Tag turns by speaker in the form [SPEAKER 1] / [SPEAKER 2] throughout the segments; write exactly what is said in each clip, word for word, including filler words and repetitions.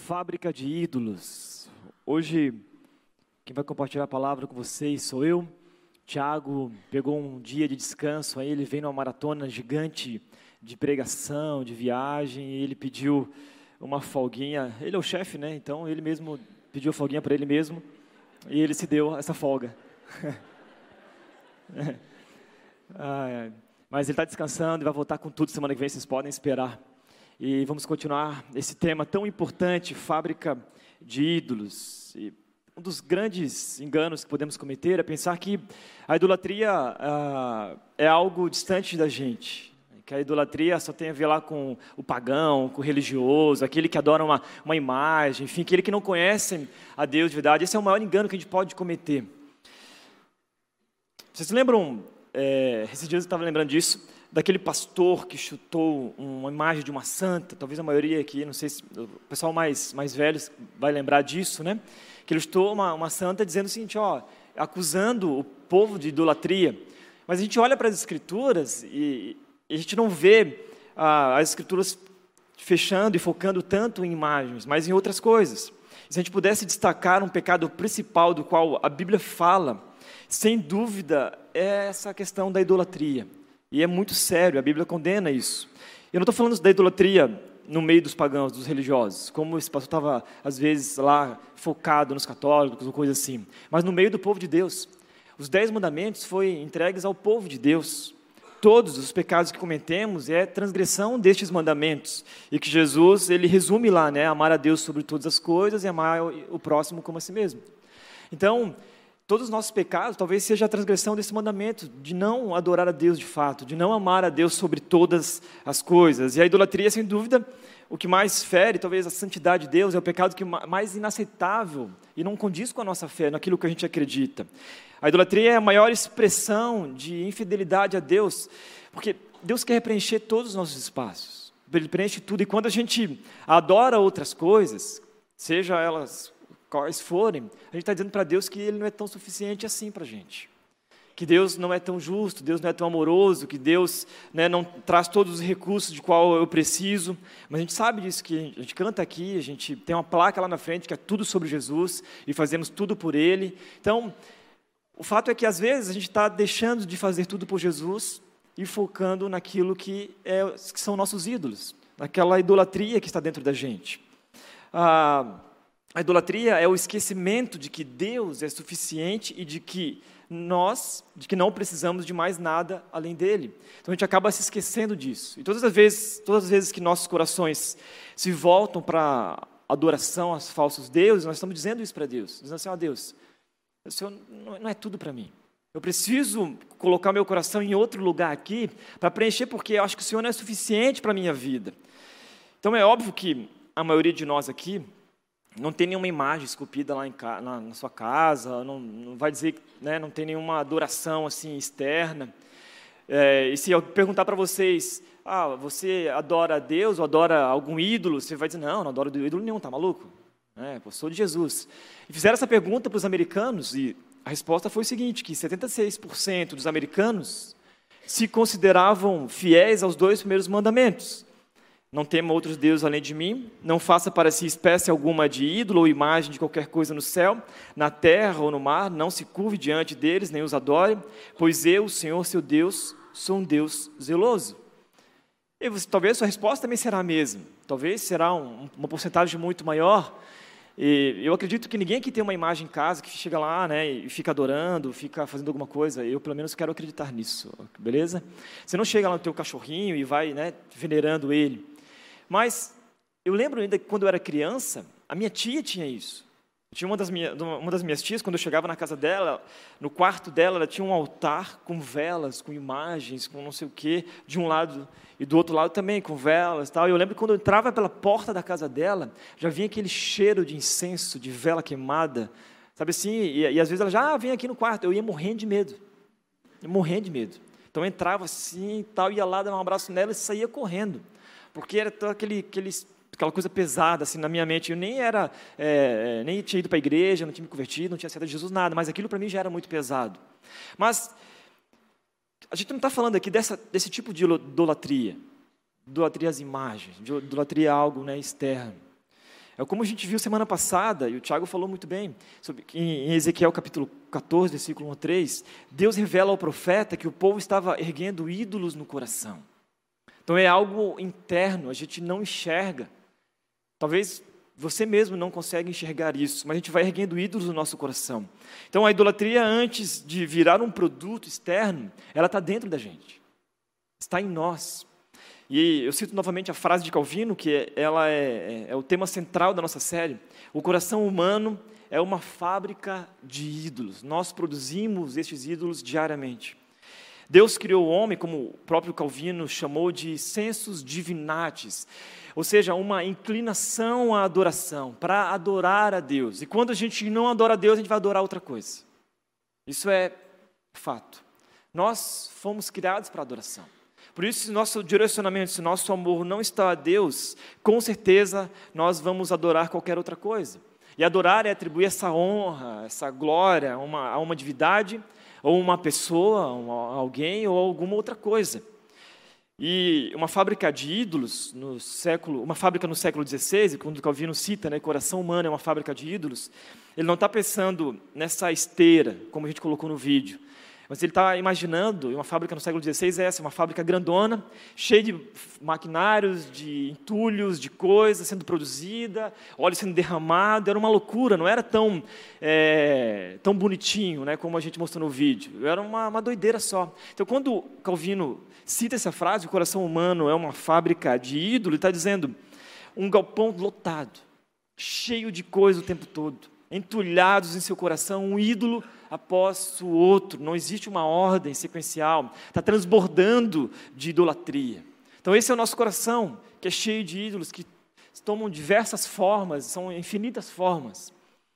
[SPEAKER 1] Fábrica de ídolos. Hoje, quem vai compartilhar a palavra com vocês sou eu. Tiago pegou um dia de descanso, aí ele veio numa maratona gigante de pregação, de viagem, e ele pediu uma folguinha. Ele é o chefe, né? Então ele mesmo pediu folguinha para ele mesmo, e ele se deu essa folga. ah, mas ele está descansando e vai voltar com tudo semana que vem, vocês podem esperar. E vamos continuar esse tema tão importante, fábrica de ídolos. E um dos grandes enganos que podemos cometer é pensar que a idolatria ah, é algo distante da gente. Que a idolatria só tem a ver lá com o pagão, com o religioso, aquele que adora uma, uma imagem, enfim, aquele que não conhece a Deus de verdade. Esse é o maior engano que a gente pode cometer. Vocês se lembram, é, esses dias eu estava lembrando disso, daquele pastor que chutou uma imagem de uma santa, talvez a maioria aqui, não sei se o pessoal mais, mais velho vai lembrar disso, né? Que ele chutou uma, uma santa dizendo o seguinte, ó, acusando o povo de idolatria. Mas a gente olha para as escrituras e, e a gente não vê ah, as escrituras fechando e focando tanto em imagens, mas em outras coisas. Se a gente pudesse destacar um pecado principal do qual a Bíblia fala, sem dúvida, é essa questão da idolatria. E é muito sério, a Bíblia condena isso. Eu não estou falando da idolatria no meio dos pagãos, dos religiosos, como esse pastor estava, às vezes, lá focado nos católicos ou coisa assim, mas no meio do povo de Deus. Os dez mandamentos foram entregues ao povo de Deus. Todos os pecados que cometemos é transgressão destes mandamentos. E que Jesus, ele resume lá, né, amar a Deus sobre todas as coisas e amar o próximo como a si mesmo. Então, todos os nossos pecados talvez seja a transgressão desse mandamento, de não adorar a Deus de fato, de não amar a Deus sobre todas as coisas. E a idolatria, sem dúvida, o que mais fere, talvez a santidade de Deus, é o pecado que mais inaceitável e não condiz com a nossa fé, naquilo que a gente acredita. A idolatria é a maior expressão de infidelidade a Deus, porque Deus quer preencher todos os nossos espaços. Ele preenche tudo, e quando a gente adora outras coisas, seja elas quais forem, a gente está dizendo para Deus que Ele não é tão suficiente assim para a gente. Que Deus não é tão justo, Deus não é tão amoroso, que Deus, né, não traz todos os recursos de qual eu preciso. Mas a gente sabe disso, que a gente canta aqui, a gente tem uma placa lá na frente que é tudo sobre Jesus e fazemos tudo por Ele. Então, o fato é que às vezes a gente está deixando de fazer tudo por Jesus e focando naquilo que, é, que são nossos ídolos, naquela idolatria que está dentro da gente. Ah, A idolatria é o esquecimento de que Deus é suficiente e de que nós, de que não precisamos de mais nada além dele. Então a gente acaba se esquecendo disso. E todas as vezes, todas as vezes que nossos corações se voltam para a adoração aos falsos deuses, nós estamos dizendo isso para Deus, dizendo assim, ó Deus, o Senhor não é tudo para mim. Eu preciso colocar meu coração em outro lugar aqui para preencher, porque eu acho que o Senhor não é suficiente para a minha vida. Então é óbvio que a maioria de nós aqui não tem nenhuma imagem esculpida lá em ca... na, na sua casa, não, não vai dizer, né, não tem nenhuma adoração assim externa. É, e se eu perguntar para vocês, ah, você adora a Deus ou adora algum ídolo? Você vai dizer, não, não adoro ídolo nenhum, tá maluco? É, eu sou de Jesus. E fizeram essa pergunta para os americanos e a resposta foi o seguinte, que setenta e seis por cento dos americanos se consideravam fiéis aos dois primeiros mandamentos. Não tema outros deuses além de mim, não faça para si espécie alguma de ídolo ou imagem de qualquer coisa no céu, na terra ou no mar, não se curve diante deles, nem os adore, pois eu, o Senhor, seu Deus, sou um Deus zeloso. E você, talvez a sua resposta também será a mesma, talvez será um, uma porcentagem muito maior. E eu acredito que ninguém aqui tem uma imagem em casa que chega lá, né, e fica adorando, fica fazendo alguma coisa. Eu, pelo menos, quero acreditar nisso, beleza? Você não chega lá no teu cachorrinho e vai, né, venerando ele. Mas eu lembro ainda que quando eu era criança, a minha tia tinha isso. Tinha uma das, minha, uma das minhas tias, quando eu chegava na casa dela, no quarto dela, ela tinha um altar com velas, com imagens, com não sei o quê, de um lado e do outro lado também, com velas e tal. E eu lembro que quando eu entrava pela porta da casa dela, já vinha aquele cheiro de incenso, de vela queimada, sabe assim? E, e às vezes ela já, ah, vem aqui no quarto. Eu ia morrendo de medo, eu morrendo de medo. Então eu entrava assim e tal, ia lá, dava um abraço nela e saía correndo. Porque era todo aquele, aquele, aquela coisa pesada assim, na minha mente. Eu nem, era, é, nem tinha ido para a igreja, não tinha me convertido, não tinha aceitado Jesus, nada. Mas aquilo para mim já era muito pesado. Mas a gente não está falando aqui dessa, desse tipo de idolatria. Idolatria às imagens, de idolatria a algo, né, externo. É como a gente viu semana passada, e o Tiago falou muito bem, sobre, em Ezequiel capítulo quatorze, versículo um a três, Deus revela ao profeta que o povo estava erguendo ídolos no coração. Então é algo interno, a gente não enxerga. Talvez você mesmo não consegue enxergar isso, mas a gente vai erguendo ídolos no nosso coração. Então a idolatria, antes de virar um produto externo, ela está dentro da gente, está em nós. E eu cito novamente a frase de Calvino, que ela é, é, é o tema central da nossa série. O coração humano é uma fábrica de ídolos. Nós produzimos estes ídolos diariamente. Deus criou o homem, como o próprio Calvino chamou de sensus divinatis, ou seja, uma inclinação à adoração, para adorar a Deus. E quando a gente não adora a Deus, a gente vai adorar outra coisa. Isso é fato. Nós fomos criados para adoração. Por isso, se nosso direcionamento, se nosso amor não está a Deus, com certeza nós vamos adorar qualquer outra coisa. E adorar é atribuir essa honra, essa glória a uma, a uma divindade, ou uma pessoa, a alguém, ou alguma outra coisa. E uma fábrica de ídolos, no século, uma fábrica no século dezesseis, quando Calvino cita, né, coração humano é uma fábrica de ídolos, ele não está pensando nessa esteira, como a gente colocou no vídeo, mas ele está imaginando, uma fábrica no século dezesseis é essa, uma fábrica grandona, cheia de maquinários, de entulhos, de coisas sendo produzida, óleo sendo derramado, era uma loucura, não era tão, é, tão bonitinho, né, como a gente mostrou no vídeo, era uma, uma doideira só. Então, quando Calvino cita essa frase, o coração humano é uma fábrica de ídolo, ele está dizendo, um galpão lotado, cheio de coisa o tempo todo, entulhados em seu coração, um ídolo após o outro, não existe uma ordem sequencial, está transbordando de idolatria. Então esse é o nosso coração, que é cheio de ídolos, que tomam diversas formas, são infinitas formas.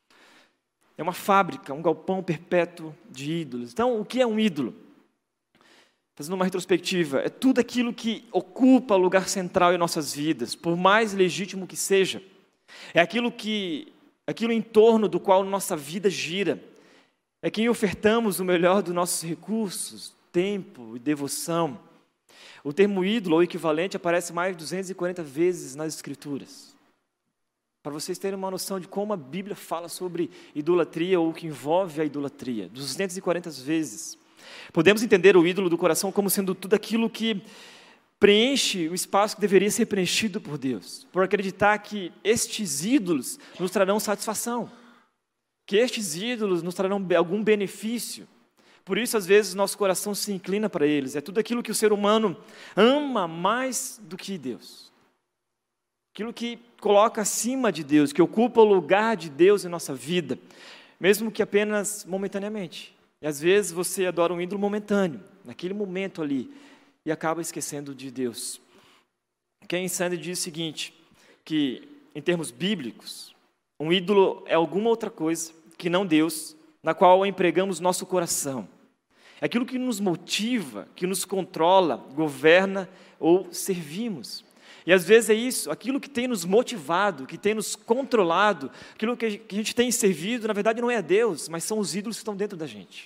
[SPEAKER 1] É uma fábrica, um galpão perpétuo de ídolos. Então, o que é um ídolo? Fazendo uma retrospectiva, é tudo aquilo que ocupa o lugar central em nossas vidas, por mais legítimo que seja. É aquilo, que, aquilo em torno do qual nossa vida gira. É quem ofertamos o melhor dos nossos recursos, tempo e devoção. O termo ídolo ou equivalente aparece mais de duzentas e quarenta vezes nas Escrituras. Para vocês terem uma noção de como a Bíblia fala sobre idolatria ou o que envolve a idolatria, duzentas e quarenta vezes. Podemos entender o ídolo do coração como sendo tudo aquilo que preenche o espaço que deveria ser preenchido por Deus, por acreditar que estes ídolos nos trarão satisfação, que estes ídolos nos trarão algum benefício. Por isso, às vezes, nosso coração se inclina para eles. É tudo aquilo que o ser humano ama mais do que Deus. Aquilo que coloca acima de Deus, que ocupa o lugar de Deus em nossa vida, mesmo que apenas momentaneamente. E às vezes você adora um ídolo momentâneo, naquele momento ali, e acaba esquecendo de Deus. Ken Sande diz o seguinte, que em termos bíblicos, um ídolo é alguma outra coisa que não Deus, na qual empregamos nosso coração. É aquilo que nos motiva, que nos controla, governa ou servimos. E às vezes é isso, aquilo que tem nos motivado, que tem nos controlado, aquilo que a gente tem servido, na verdade não é Deus, mas são os ídolos que estão dentro da gente.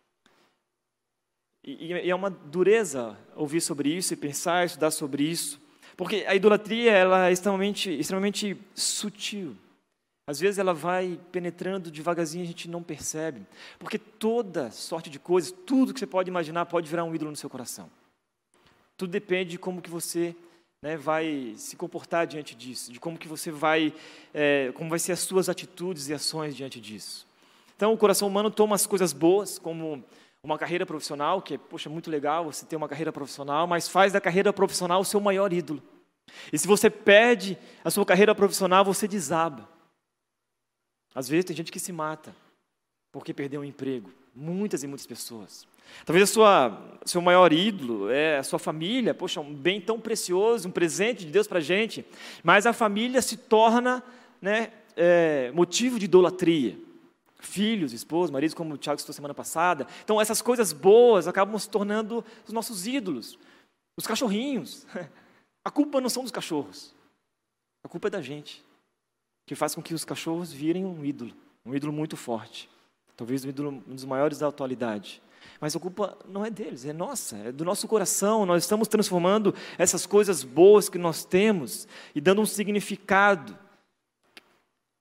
[SPEAKER 1] E, e é uma dureza ouvir sobre isso e pensar, estudar sobre isso, porque a idolatria ela é extremamente, extremamente sutil. Às vezes ela vai penetrando devagarzinho e a gente não percebe, porque toda sorte de coisas, tudo que você pode imaginar pode virar um ídolo no seu coração. Tudo depende de como que você, né, vai se comportar diante disso, de como que você vai, é, como vai ser as suas atitudes e ações diante disso. Então o coração humano toma as coisas boas, como uma carreira profissional, que é, poxa, muito legal você ter uma carreira profissional, mas faz da carreira profissional o seu maior ídolo. E se você perde a sua carreira profissional, você desaba. Às vezes tem gente que se mata porque perdeu um emprego. Muitas e muitas pessoas. Talvez a sua, seu maior ídolo é a sua família. Poxa, um bem tão precioso, um presente de Deus para a gente. Mas a família se torna, né, é, motivo de idolatria. Filhos, esposos, maridos, como o Tiago citou semana passada. Então essas coisas boas acabam se tornando os nossos ídolos. Os cachorrinhos. A culpa não são dos cachorros. A culpa é da gente. Que faz com que os cachorros virem um ídolo, um ídolo muito forte, talvez um ídolo um dos maiores da atualidade. Mas a culpa não é deles, é nossa, é do nosso coração. Nós estamos transformando essas coisas boas que nós temos e dando um significado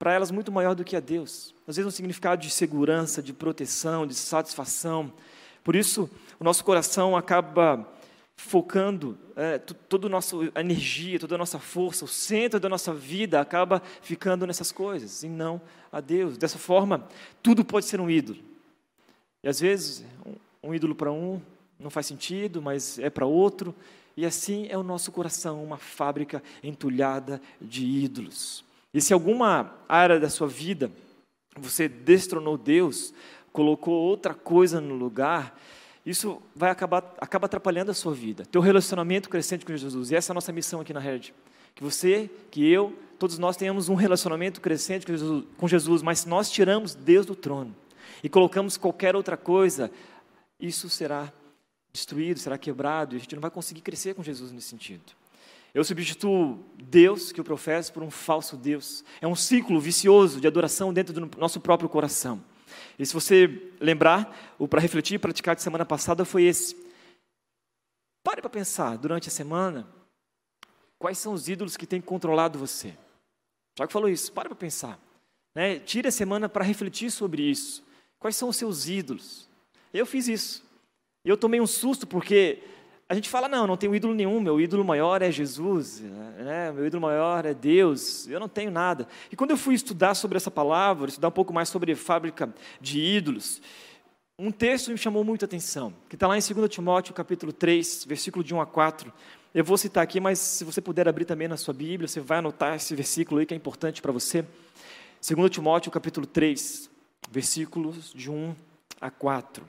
[SPEAKER 1] para elas muito maior do que a Deus. Às vezes um significado de segurança, de proteção, de satisfação. Por isso, o nosso coração acaba focando é, toda a nossa energia, toda a nossa força, o centro da nossa vida acaba ficando nessas coisas, e não a Deus. Dessa forma, tudo pode ser um ídolo. E às vezes, um, um ídolo para um não faz sentido, mas é para outro. E assim é o nosso coração, uma fábrica entulhada de ídolos. E se alguma área da sua vida você destronou Deus, colocou outra coisa no lugar, isso vai acabar acaba atrapalhando a sua vida, teu relacionamento crescente com Jesus. E essa é a nossa missão aqui na Rede. Que você, que eu, todos nós tenhamos um relacionamento crescente com Jesus, com Jesus, mas se nós tiramos Deus do trono e colocamos qualquer outra coisa, isso será destruído, será quebrado, e a gente não vai conseguir crescer com Jesus nesse sentido. Eu substituo Deus, que eu professo, por um falso Deus. É um ciclo vicioso de adoração dentro do nosso próprio coração. E se você lembrar, o para refletir e praticar de semana passada foi esse. Pare para pensar, durante a semana, quais são os ídolos que têm controlado você. Já que falou isso, pare para pensar. Né? Tire a semana para refletir sobre isso. Quais são os seus ídolos? Eu fiz isso. E eu tomei um susto, porque a gente fala, não, não tenho ídolo nenhum, meu ídolo maior é Jesus, né? Meu ídolo maior é Deus, eu não tenho nada. E quando eu fui estudar sobre essa palavra, estudar um pouco mais sobre fábrica de ídolos, um texto me chamou muita atenção, que está lá em dois Timóteo, capítulo três, versículo de um a quatro. Eu vou citar aqui, mas se você puder abrir também na sua Bíblia, você vai anotar esse versículo aí que é importante para você. dois Timóteo, capítulo três, versículos de um a quatro.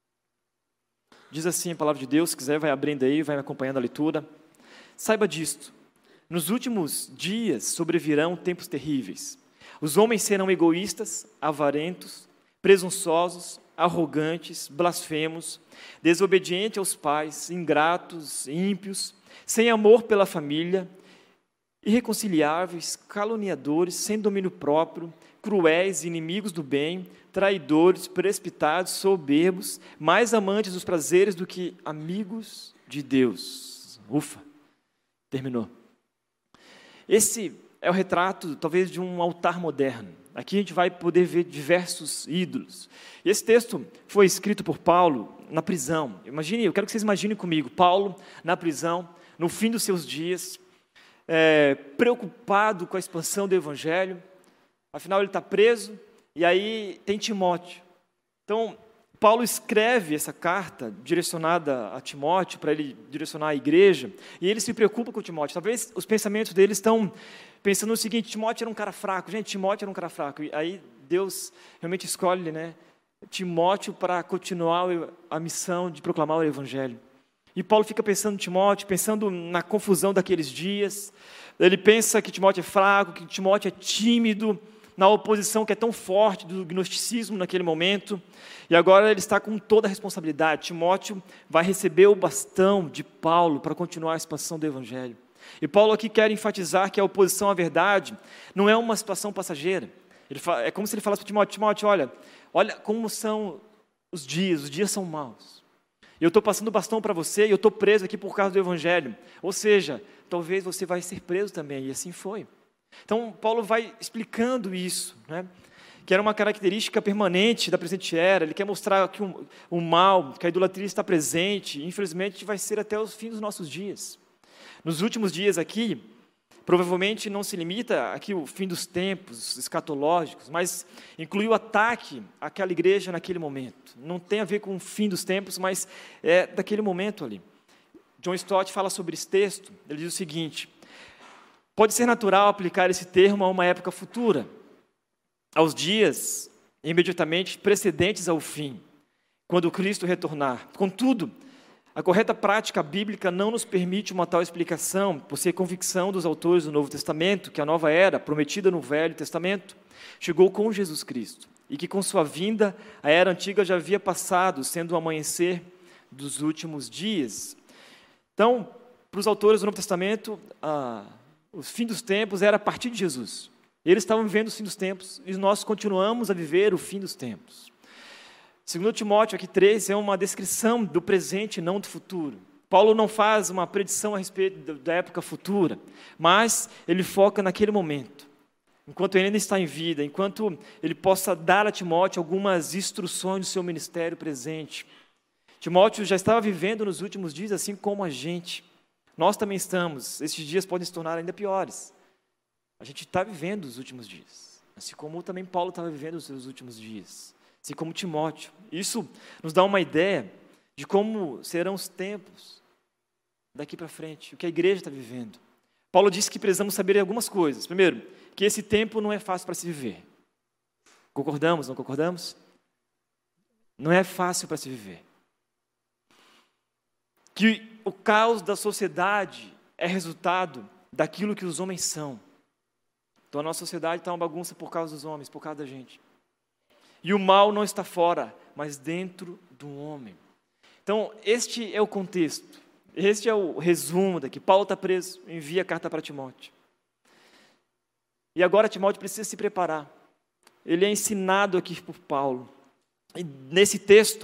[SPEAKER 1] Diz assim a palavra de Deus, se quiser vai abrindo aí, vai acompanhando a leitura. Saiba disto, nos últimos dias sobrevirão tempos terríveis. Os homens serão egoístas, avarentos, presunçosos, arrogantes, blasfemos, desobedientes aos pais, ingratos, ímpios, sem amor pela família, irreconciliáveis, caluniadores, sem domínio próprio, cruéis, inimigos do bem, traidores, precipitados, soberbos, mais amantes dos prazeres do que amigos de Deus. Ufa, terminou. Esse é o retrato, talvez, de um altar moderno. Aqui a gente vai poder ver diversos ídolos. E esse texto foi escrito por Paulo na prisão. Imagine, eu quero que vocês imaginem comigo, Paulo na prisão, no fim dos seus dias, é, preocupado com a expansão do Evangelho. Afinal, ele está preso, e aí tem Timóteo. Então, Paulo escreve essa carta direcionada a Timóteo, para ele direcionar a igreja, e ele se preocupa com Timóteo. Talvez os pensamentos dele estão pensando no seguinte: Timóteo era um cara fraco. Gente, Timóteo era um cara fraco. E aí Deus realmente escolhe, né, Timóteo para continuar a missão de proclamar o Evangelho. E Paulo fica pensando em Timóteo, pensando na confusão daqueles dias. Ele pensa que Timóteo é fraco, que Timóteo é tímido, na oposição que é tão forte do gnosticismo naquele momento, e agora ele está com toda a responsabilidade. Timóteo vai receber o bastão de Paulo para continuar a expansão do Evangelho. E Paulo aqui quer enfatizar que a oposição à verdade não é uma situação passageira. Ele fala, é como se ele falasse para Timóteo: Timóteo, olha, olha como são os dias, os dias são maus. Eu estou passando o bastão para você e eu estou preso aqui por causa do Evangelho. Ou seja, talvez você vai ser preso também, e assim foi. Então, Paulo vai explicando isso, né? Que era uma característica permanente da presente era. Ele quer mostrar que o, o mal, que a idolatria está presente, e infelizmente vai ser até os fins dos nossos dias. Nos últimos dias aqui, provavelmente não se limita aqui o fim dos tempos escatológicos, mas inclui o ataque àquela igreja naquele momento. Não tem a ver com o fim dos tempos, mas é daquele momento ali. John Stott fala sobre esse texto, ele diz o seguinte: pode ser natural aplicar esse termo a uma época futura, aos dias imediatamente precedentes ao fim, quando Cristo retornar. Contudo, a correta prática bíblica não nos permite uma tal explicação, por ser convicção dos autores do Novo Testamento que a nova era, prometida no Velho Testamento, chegou com Jesus Cristo, e que com sua vinda a era antiga já havia passado, sendo o amanhecer dos últimos dias. Então, para os autores do Novo Testamento, a o fim dos tempos era a partir de Jesus. Eles estavam vivendo o fim dos tempos e nós continuamos a viver o fim dos tempos. Segundo Timóteo, aqui três, é uma descrição do presente e não do futuro. Paulo não faz uma predição a respeito da época futura, mas ele foca naquele momento. enquanto ele ainda está em vida, enquanto ele possa dar a Timóteo algumas instruções do seu ministério presente. Timóteo já estava vivendo nos últimos dias, assim como a gente. Nós também estamos. Esses dias podem se tornar ainda piores. A gente está vivendo os últimos dias, assim como também Paulo estava vivendo os seus últimos dias, assim como Timóteo. Isso nos dá uma ideia de como serão os tempos daqui para frente, o que a igreja está vivendo. Paulo disse que precisamos saber algumas coisas. Primeiro, que esse tempo não é fácil para se viver. Concordamos, não concordamos? Não é fácil para se viver. Que o caos da sociedade é resultado daquilo que os homens são. Então a nossa sociedade está uma bagunça por causa dos homens, por causa da gente. E o mal não está fora, mas dentro do homem. Então este é o contexto, este é o resumo daqui. Paulo está preso, envia a carta para Timóteo. E agora Timóteo precisa se preparar. Ele é ensinado aqui por Paulo. E nesse texto,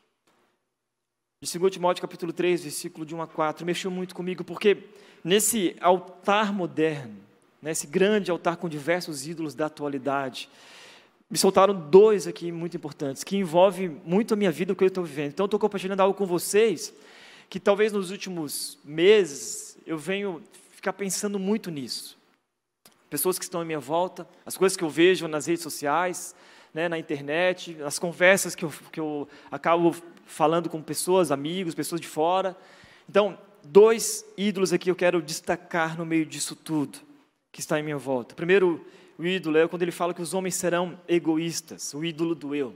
[SPEAKER 1] de segundo Timóteo capítulo três, versículo de um a quatro, mexeu muito comigo, porque nesse altar moderno, nesse grande altar com diversos ídolos da atualidade, me soltaram dois aqui muito importantes, que envolvem muito a minha vida, o que eu estou vivendo. Então, eu estou compartilhando algo com vocês, que talvez nos últimos meses, eu venho ficar pensando muito nisso. Pessoas que estão à minha volta, as coisas que eu vejo nas redes sociais, né, na internet, as conversas que eu, que eu acabo falando com pessoas, amigos, pessoas de fora. Então, dois ídolos aqui eu quero destacar no meio disso tudo, que está em minha volta. Primeiro, o ídolo é quando ele fala que os homens serão egoístas, o ídolo do eu.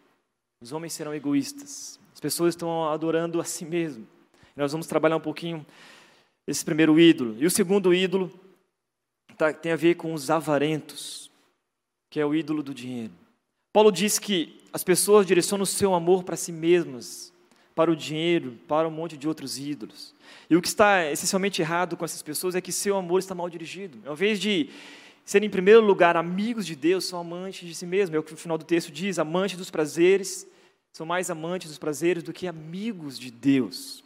[SPEAKER 1] Os homens serão egoístas. As pessoas estão adorando a si mesmo. Nós vamos trabalhar um pouquinho esse primeiro ídolo. E o segundo ídolo tá, tem a ver com os avarentos, que é o ídolo do dinheiro. Paulo diz que as pessoas direcionam o seu amor para si mesmas, para o dinheiro, para um monte de outros ídolos. E o que está essencialmente errado com essas pessoas é que seu amor está mal dirigido. Ao invés de serem, em primeiro lugar, amigos de Deus, são amantes de si mesmos. É o que o final do texto diz, amantes dos prazeres, são mais amantes dos prazeres do que amigos de Deus.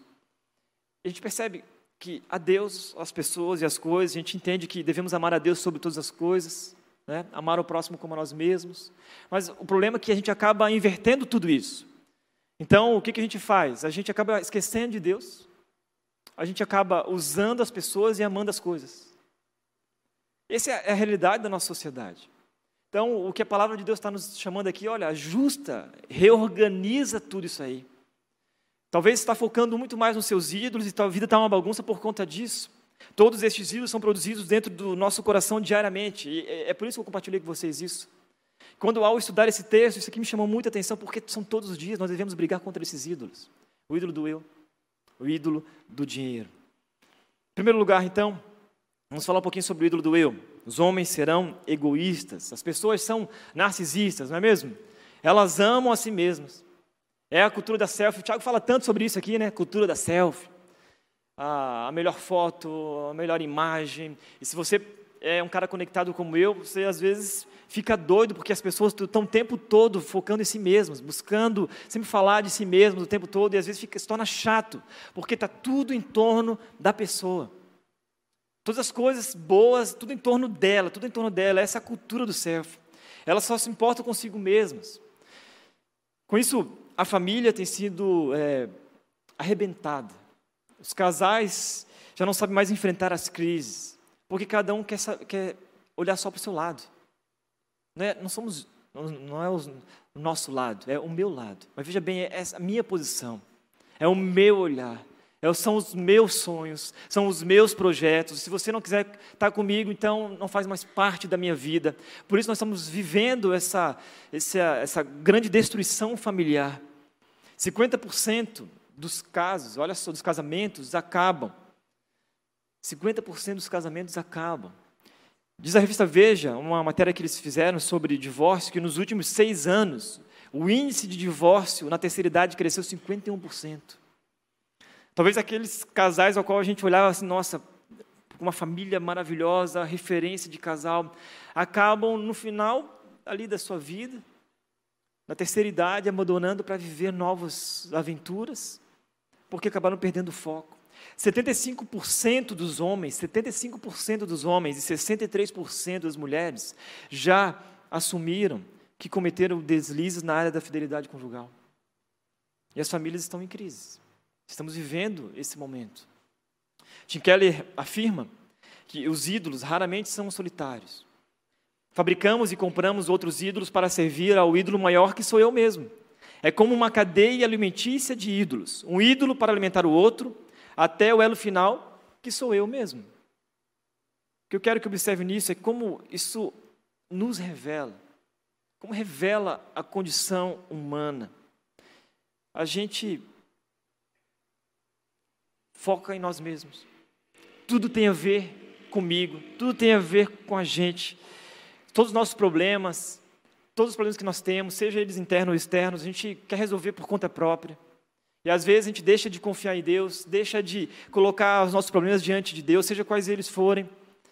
[SPEAKER 1] A gente percebe que a Deus, as pessoas e as coisas, a gente entende que devemos amar a Deus sobre todas as coisas, né? Amar o próximo como a nós mesmos. Mas o problema é que a gente acaba invertendo tudo isso. Então, o que, que a gente faz? A gente acaba esquecendo de Deus, a gente acaba usando as pessoas e amando as coisas. Essa é a realidade da nossa sociedade. Então, o que a palavra de Deus está nos chamando aqui, olha, ajusta, reorganiza tudo isso aí. Talvez você está focando muito mais nos seus ídolos e a vida está uma bagunça por conta disso. Todos estes ídolos são produzidos dentro do nosso coração diariamente. E é por isso que eu compartilhei com vocês isso. Quando ao estudar esse texto, isso aqui me chamou muita atenção, porque são todos os dias, nós devemos brigar contra esses ídolos. O ídolo do eu, o ídolo do dinheiro. Em primeiro lugar, então, vamos falar um pouquinho sobre o ídolo do eu. Os homens serão egoístas, as pessoas são narcisistas, não é mesmo? Elas amam a si mesmas. É a cultura da selfie. O Thiago fala tanto sobre isso aqui, né? Cultura da selfie. A, a melhor foto, a melhor imagem. E se você é um cara conectado como eu, você às vezes fica doido porque as pessoas estão o tempo todo focando em si mesmas, buscando sempre falar de si mesmas o tempo todo, e às vezes fica, se torna chato, porque está tudo em torno da pessoa. Todas as coisas boas, tudo em torno dela, tudo em torno dela. Essa é a cultura do selfie. Elas só se importam consigo mesmas. Com isso, a família tem sido é, arrebentada. Os casais já não sabem mais enfrentar as crises, porque cada um quer, quer olhar só para o seu lado. Não, é, não, somos, não é o nosso lado, é o meu lado. Mas veja bem, é a minha posição, é o meu olhar, é, são os meus sonhos, são os meus projetos. Se você não quiser estar comigo, então não faz mais parte da minha vida. Por isso nós estamos vivendo essa, essa, essa grande destruição familiar. cinquenta por cento dos casos, olha só, dos casamentos acabam. cinquenta por cento dos casamentos acabam. Diz a revista Veja, uma matéria que eles fizeram sobre divórcio, que nos últimos seis anos, o índice de divórcio na terceira idade cresceu cinquenta e um por cento. Talvez aqueles casais ao qual a gente olhava assim, nossa, uma família maravilhosa, referência de casal, acabam no final ali da sua vida, na terceira idade, abandonando para viver novas aventuras, porque acabaram perdendo o foco. setenta e cinco por cento dos homens, setenta e cinco por cento dos homens e sessenta e três por cento das mulheres já assumiram que cometeram deslizes na área da fidelidade conjugal. E as famílias estão em crise. Estamos vivendo esse momento. Tim Keller afirma que os ídolos raramente são solitários. Fabricamos e compramos outros ídolos para servir ao ídolo maior que sou eu mesmo. É como uma cadeia alimentícia de ídolos. Um ídolo para alimentar o outro, até o elo final, que sou eu mesmo. O que eu quero que observe nisso é como isso nos revela, como revela a condição humana. A gente foca em nós mesmos. Tudo tem a ver comigo, tudo tem a ver com a gente. Todos os nossos problemas, todos os problemas que nós temos, seja eles internos ou externos, a gente quer resolver por conta própria. E às vezes a gente deixa de confiar em Deus, deixa de colocar os nossos problemas diante de Deus, seja quais eles forem,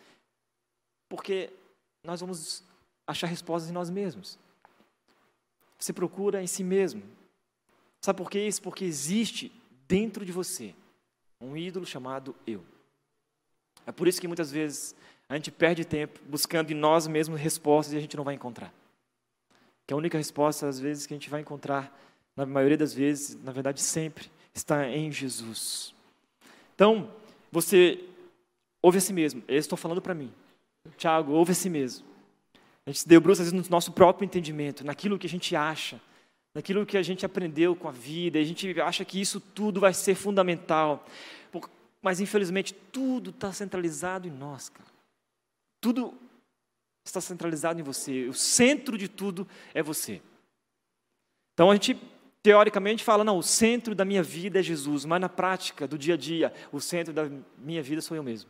[SPEAKER 1] porque nós vamos achar respostas em nós mesmos. Você procura em si mesmo. Sabe por que isso? Porque existe dentro de você um ídolo chamado eu. É por isso que muitas vezes a gente perde tempo buscando em nós mesmos respostas e a gente não vai encontrar. Que a única resposta, às vezes, que a gente vai encontrar, na maioria das vezes, na verdade sempre, está em Jesus. Então, você ouve a si mesmo. Eu estou falando para mim. Tiago, ouve a si mesmo. A gente se debruça, às vezes, no nosso próprio entendimento, naquilo que a gente acha, naquilo que a gente aprendeu com a vida, e a gente acha que isso tudo vai ser fundamental. Mas, infelizmente, tudo está centralizado em nós, cara. Tudo está centralizado em você. O centro de tudo é você. Então, a gente, teoricamente, fala, não, o centro da minha vida é Jesus, mas na prática, do dia a dia, o centro da minha vida sou eu mesmo.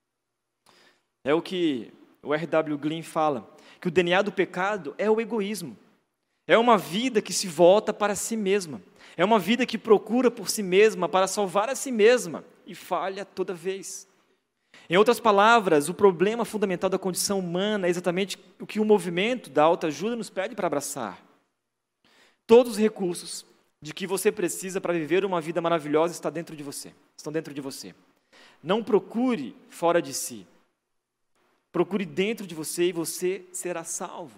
[SPEAKER 1] É o que o R W Glynn fala, que o D N A do pecado é o egoísmo. É uma vida que se volta para si mesma. É uma vida que procura por si mesma, para salvar a si mesma, e falha toda vez. Em outras palavras, o problema fundamental da condição humana é exatamente o que o movimento da autoajuda nos pede para abraçar. Todos os recursos de que você precisa para viver uma vida maravilhosa está dentro de você, estão dentro de você. Não procure fora de si. Procure dentro de você e você será salvo.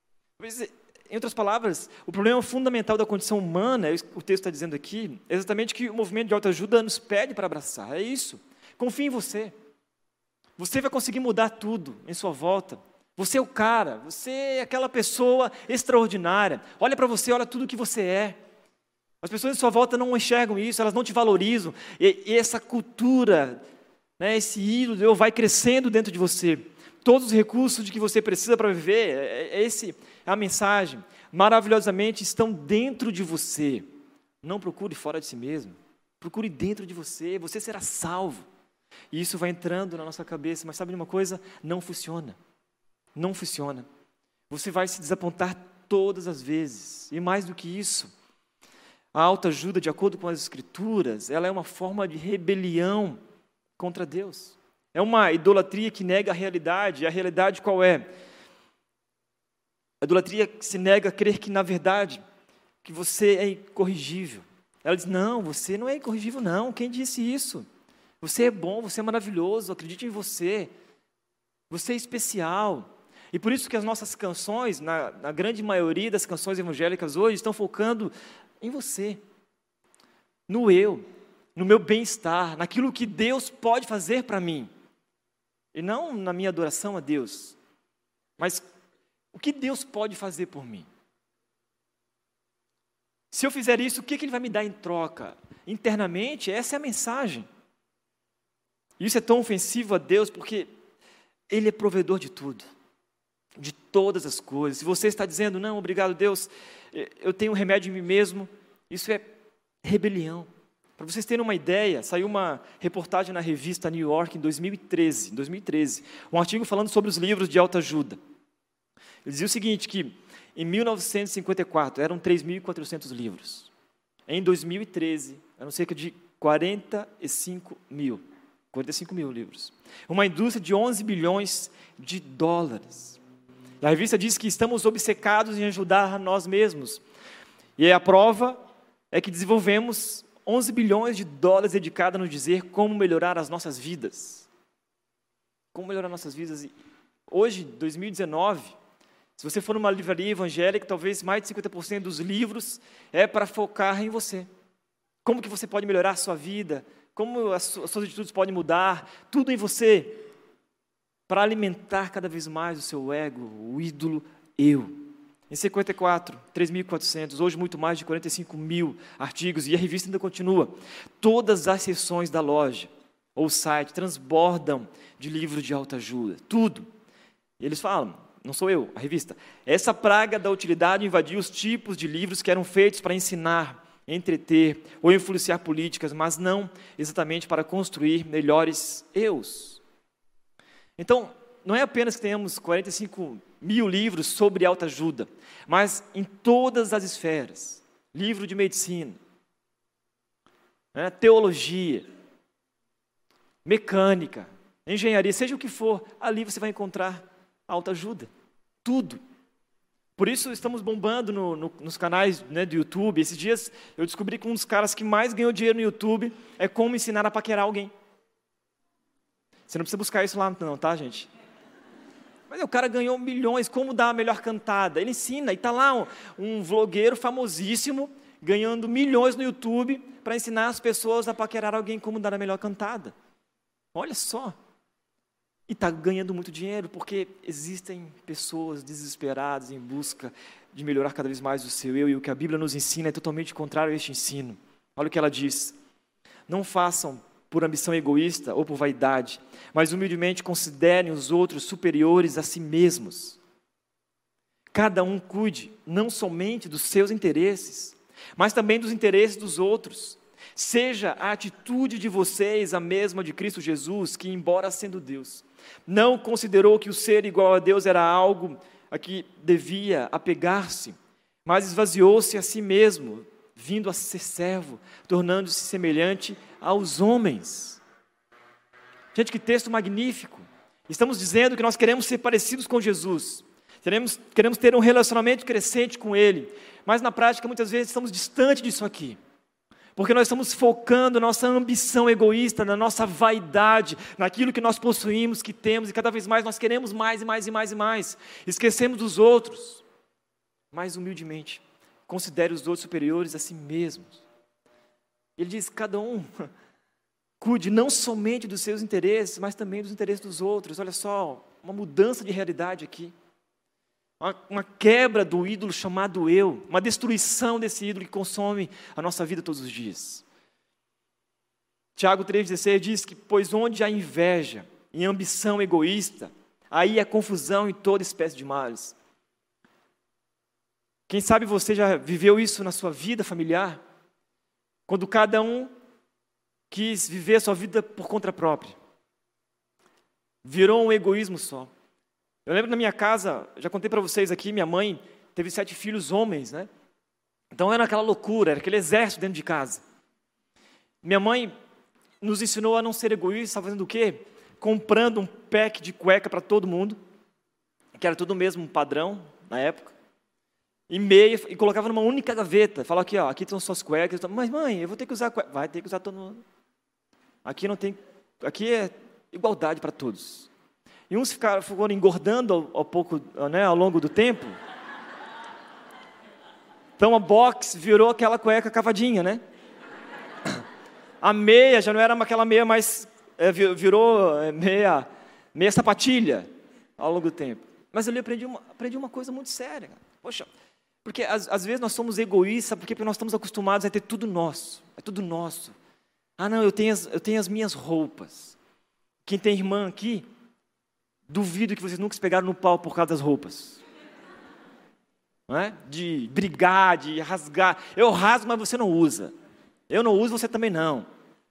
[SPEAKER 1] Em outras palavras, o problema fundamental da condição humana, o texto está dizendo aqui, é exatamente o que o movimento de autoajuda nos pede para abraçar. É isso. Confie em você. Você vai conseguir mudar tudo em sua volta. Você é o cara, você é aquela pessoa extraordinária. Olha para você, olha tudo que você é. As pessoas em sua volta não enxergam isso, elas não te valorizam. E, e essa cultura, né, esse ídolo, Deus vai crescendo dentro de você. Todos os recursos de que você precisa para viver, é, é, esse, é a mensagem. Maravilhosamente estão dentro de você. Não procure fora de si mesmo. Procure dentro de você, você será salvo. E isso vai entrando na nossa cabeça, mas sabe de uma coisa? Não funciona. Não funciona. Você vai se desapontar todas as vezes. E mais do que isso, a autoajuda, de acordo com as Escrituras, ela é uma forma de rebelião contra Deus. É uma idolatria que nega a realidade. E a realidade qual é? A idolatria que se nega a crer que, na verdade, que você é incorrigível. Ela diz, não, você não é incorrigível, não. Quem disse isso? Você é bom, você é maravilhoso, acredite em você. Você é especial. E por isso que as nossas canções, na, na grande maioria das canções evangélicas hoje, estão focando em você, no eu, no meu bem-estar, naquilo que Deus pode fazer para mim. E não na minha adoração a Deus, mas o que Deus pode fazer por mim. Se eu fizer isso, o que Ele vai me dar em troca? Internamente, essa é a mensagem. Isso é tão ofensivo a Deus porque Ele é provedor de tudo, de todas as coisas. Se você está dizendo, não, obrigado Deus, eu tenho um remédio em mim mesmo, isso é rebelião. Para vocês terem uma ideia, saiu uma reportagem na revista New York em dois mil e treze, dois mil e treze, um artigo falando sobre os livros de autoajuda. Ele dizia o seguinte, que em mil novecentos e cinquenta e quatro eram três mil e quatrocentos livros. Em dois mil e treze, eram cerca de quarenta e cinco mil. quarenta e cinco mil livros. Uma indústria de onze bilhões de dólares. A revista diz que estamos obcecados em ajudar a nós mesmos. E a prova é que desenvolvemos onze bilhões de dólares dedicados a nos dizer como melhorar as nossas vidas. Como melhorar nossas vidas. Hoje, dois mil e dezenove, se você for numa livraria evangélica, talvez mais de cinquenta por cento dos livros é para focar em você. Como que você pode melhorar a sua vida, como as suas atitudes podem mudar, tudo em você, para alimentar cada vez mais o seu ego, o ídolo eu. Em cinquenta e quatro, três mil e quatrocentos, hoje muito mais de quarenta e cinco mil artigos, e a revista ainda continua. Todas as seções da loja ou site transbordam de livros de autoajuda, tudo. E eles falam, não sou eu, a revista, essa praga da utilidade invadiu os tipos de livros que eram feitos para ensinar, entreter ou influenciar políticas, mas não exatamente para construir melhores eus. Então, não é apenas que tenhamos quarenta e cinco mil livros sobre autoajuda, mas em todas as esferas, livro de medicina, né, teologia, mecânica, engenharia, seja o que for, ali você vai encontrar autoajuda, tudo. Por isso estamos bombando no, no, nos canais, né, do YouTube. Esses dias eu descobri que um dos caras que mais ganhou dinheiro no YouTube é como ensinar a paquerar alguém. Você não precisa buscar isso lá não, tá, gente? Mas o cara ganhou milhões, como dar a melhor cantada. Ele ensina, e está lá um, um vlogueiro famosíssimo, ganhando milhões no YouTube, para ensinar as pessoas a paquerar alguém como dar a melhor cantada. Olha só. E está ganhando muito dinheiro, porque existem pessoas desesperadas em busca de melhorar cada vez mais o seu eu, e o que a Bíblia nos ensina é totalmente contrário a este ensino. Olha o que ela diz. Não façam por ambição egoísta ou por vaidade, mas humildemente considerem os outros superiores a si mesmos. Cada um cuide não somente dos seus interesses, mas também dos interesses dos outros. Seja a atitude de vocês a mesma de Cristo Jesus, que, embora sendo Deus, não considerou que o ser igual a Deus era algo a que devia apegar-se, mas esvaziou-se a si mesmo, vindo a ser servo, tornando-se semelhante aos homens. Gente, que texto magnífico! Estamos dizendo que nós queremos ser parecidos com Jesus, queremos, queremos ter um relacionamento crescente com Ele, mas na prática muitas vezes estamos distantes disso aqui. Porque nós estamos focando nossa ambição egoísta, na nossa vaidade, naquilo que nós possuímos, que temos, e cada vez mais nós queremos mais e mais e mais e mais. Esquecemos dos outros. Mas humildemente, considere os outros superiores a si mesmos. Ele diz, cada um cuide não somente dos seus interesses, mas também dos interesses dos outros. Olha só, uma mudança de realidade aqui. Uma, uma quebra do ídolo chamado eu, uma destruição desse ídolo que consome a nossa vida todos os dias. Tiago três dezesseis diz que, pois onde há inveja e ambição egoísta, aí há confusão e toda espécie de males. Quem sabe você já viveu isso na sua vida familiar? Quando cada um quis viver a sua vida por conta própria. Virou um egoísmo só. Eu lembro na minha casa, já contei para vocês aqui, minha mãe teve sete filhos homens, né? Então era aquela loucura, era aquele exército dentro de casa. Minha mãe nos ensinou a não ser egoísta, fazendo o quê? Comprando um pack de cueca para todo mundo, que era tudo o mesmo padrão na época, e meia, e colocava numa única gaveta. Falava aqui, ó, aqui estão suas cuecas. Mas mãe, eu vou ter que usar cueca. Vai ter que usar todo mundo. Aqui não tem, aqui é igualdade para todos. E uns ficaram, foram engordando ao, ao, pouco, né, ao longo do tempo. Então a box virou aquela cueca cavadinha, né? A meia já não era aquela meia mais, é, virou meia, meia sapatilha ao longo do tempo. Mas ali eu aprendi uma, aprendi uma coisa muito séria. Poxa, porque às, às vezes nós somos egoístas, porque nós estamos acostumados a ter tudo nosso. É tudo nosso. Ah não, eu tenho as, eu tenho as minhas roupas. Quem tem irmã aqui, duvido que vocês nunca se pegaram no pau por causa das roupas. Não é? De brigar, de rasgar. Eu rasgo, mas você não usa. Eu não uso, você também não.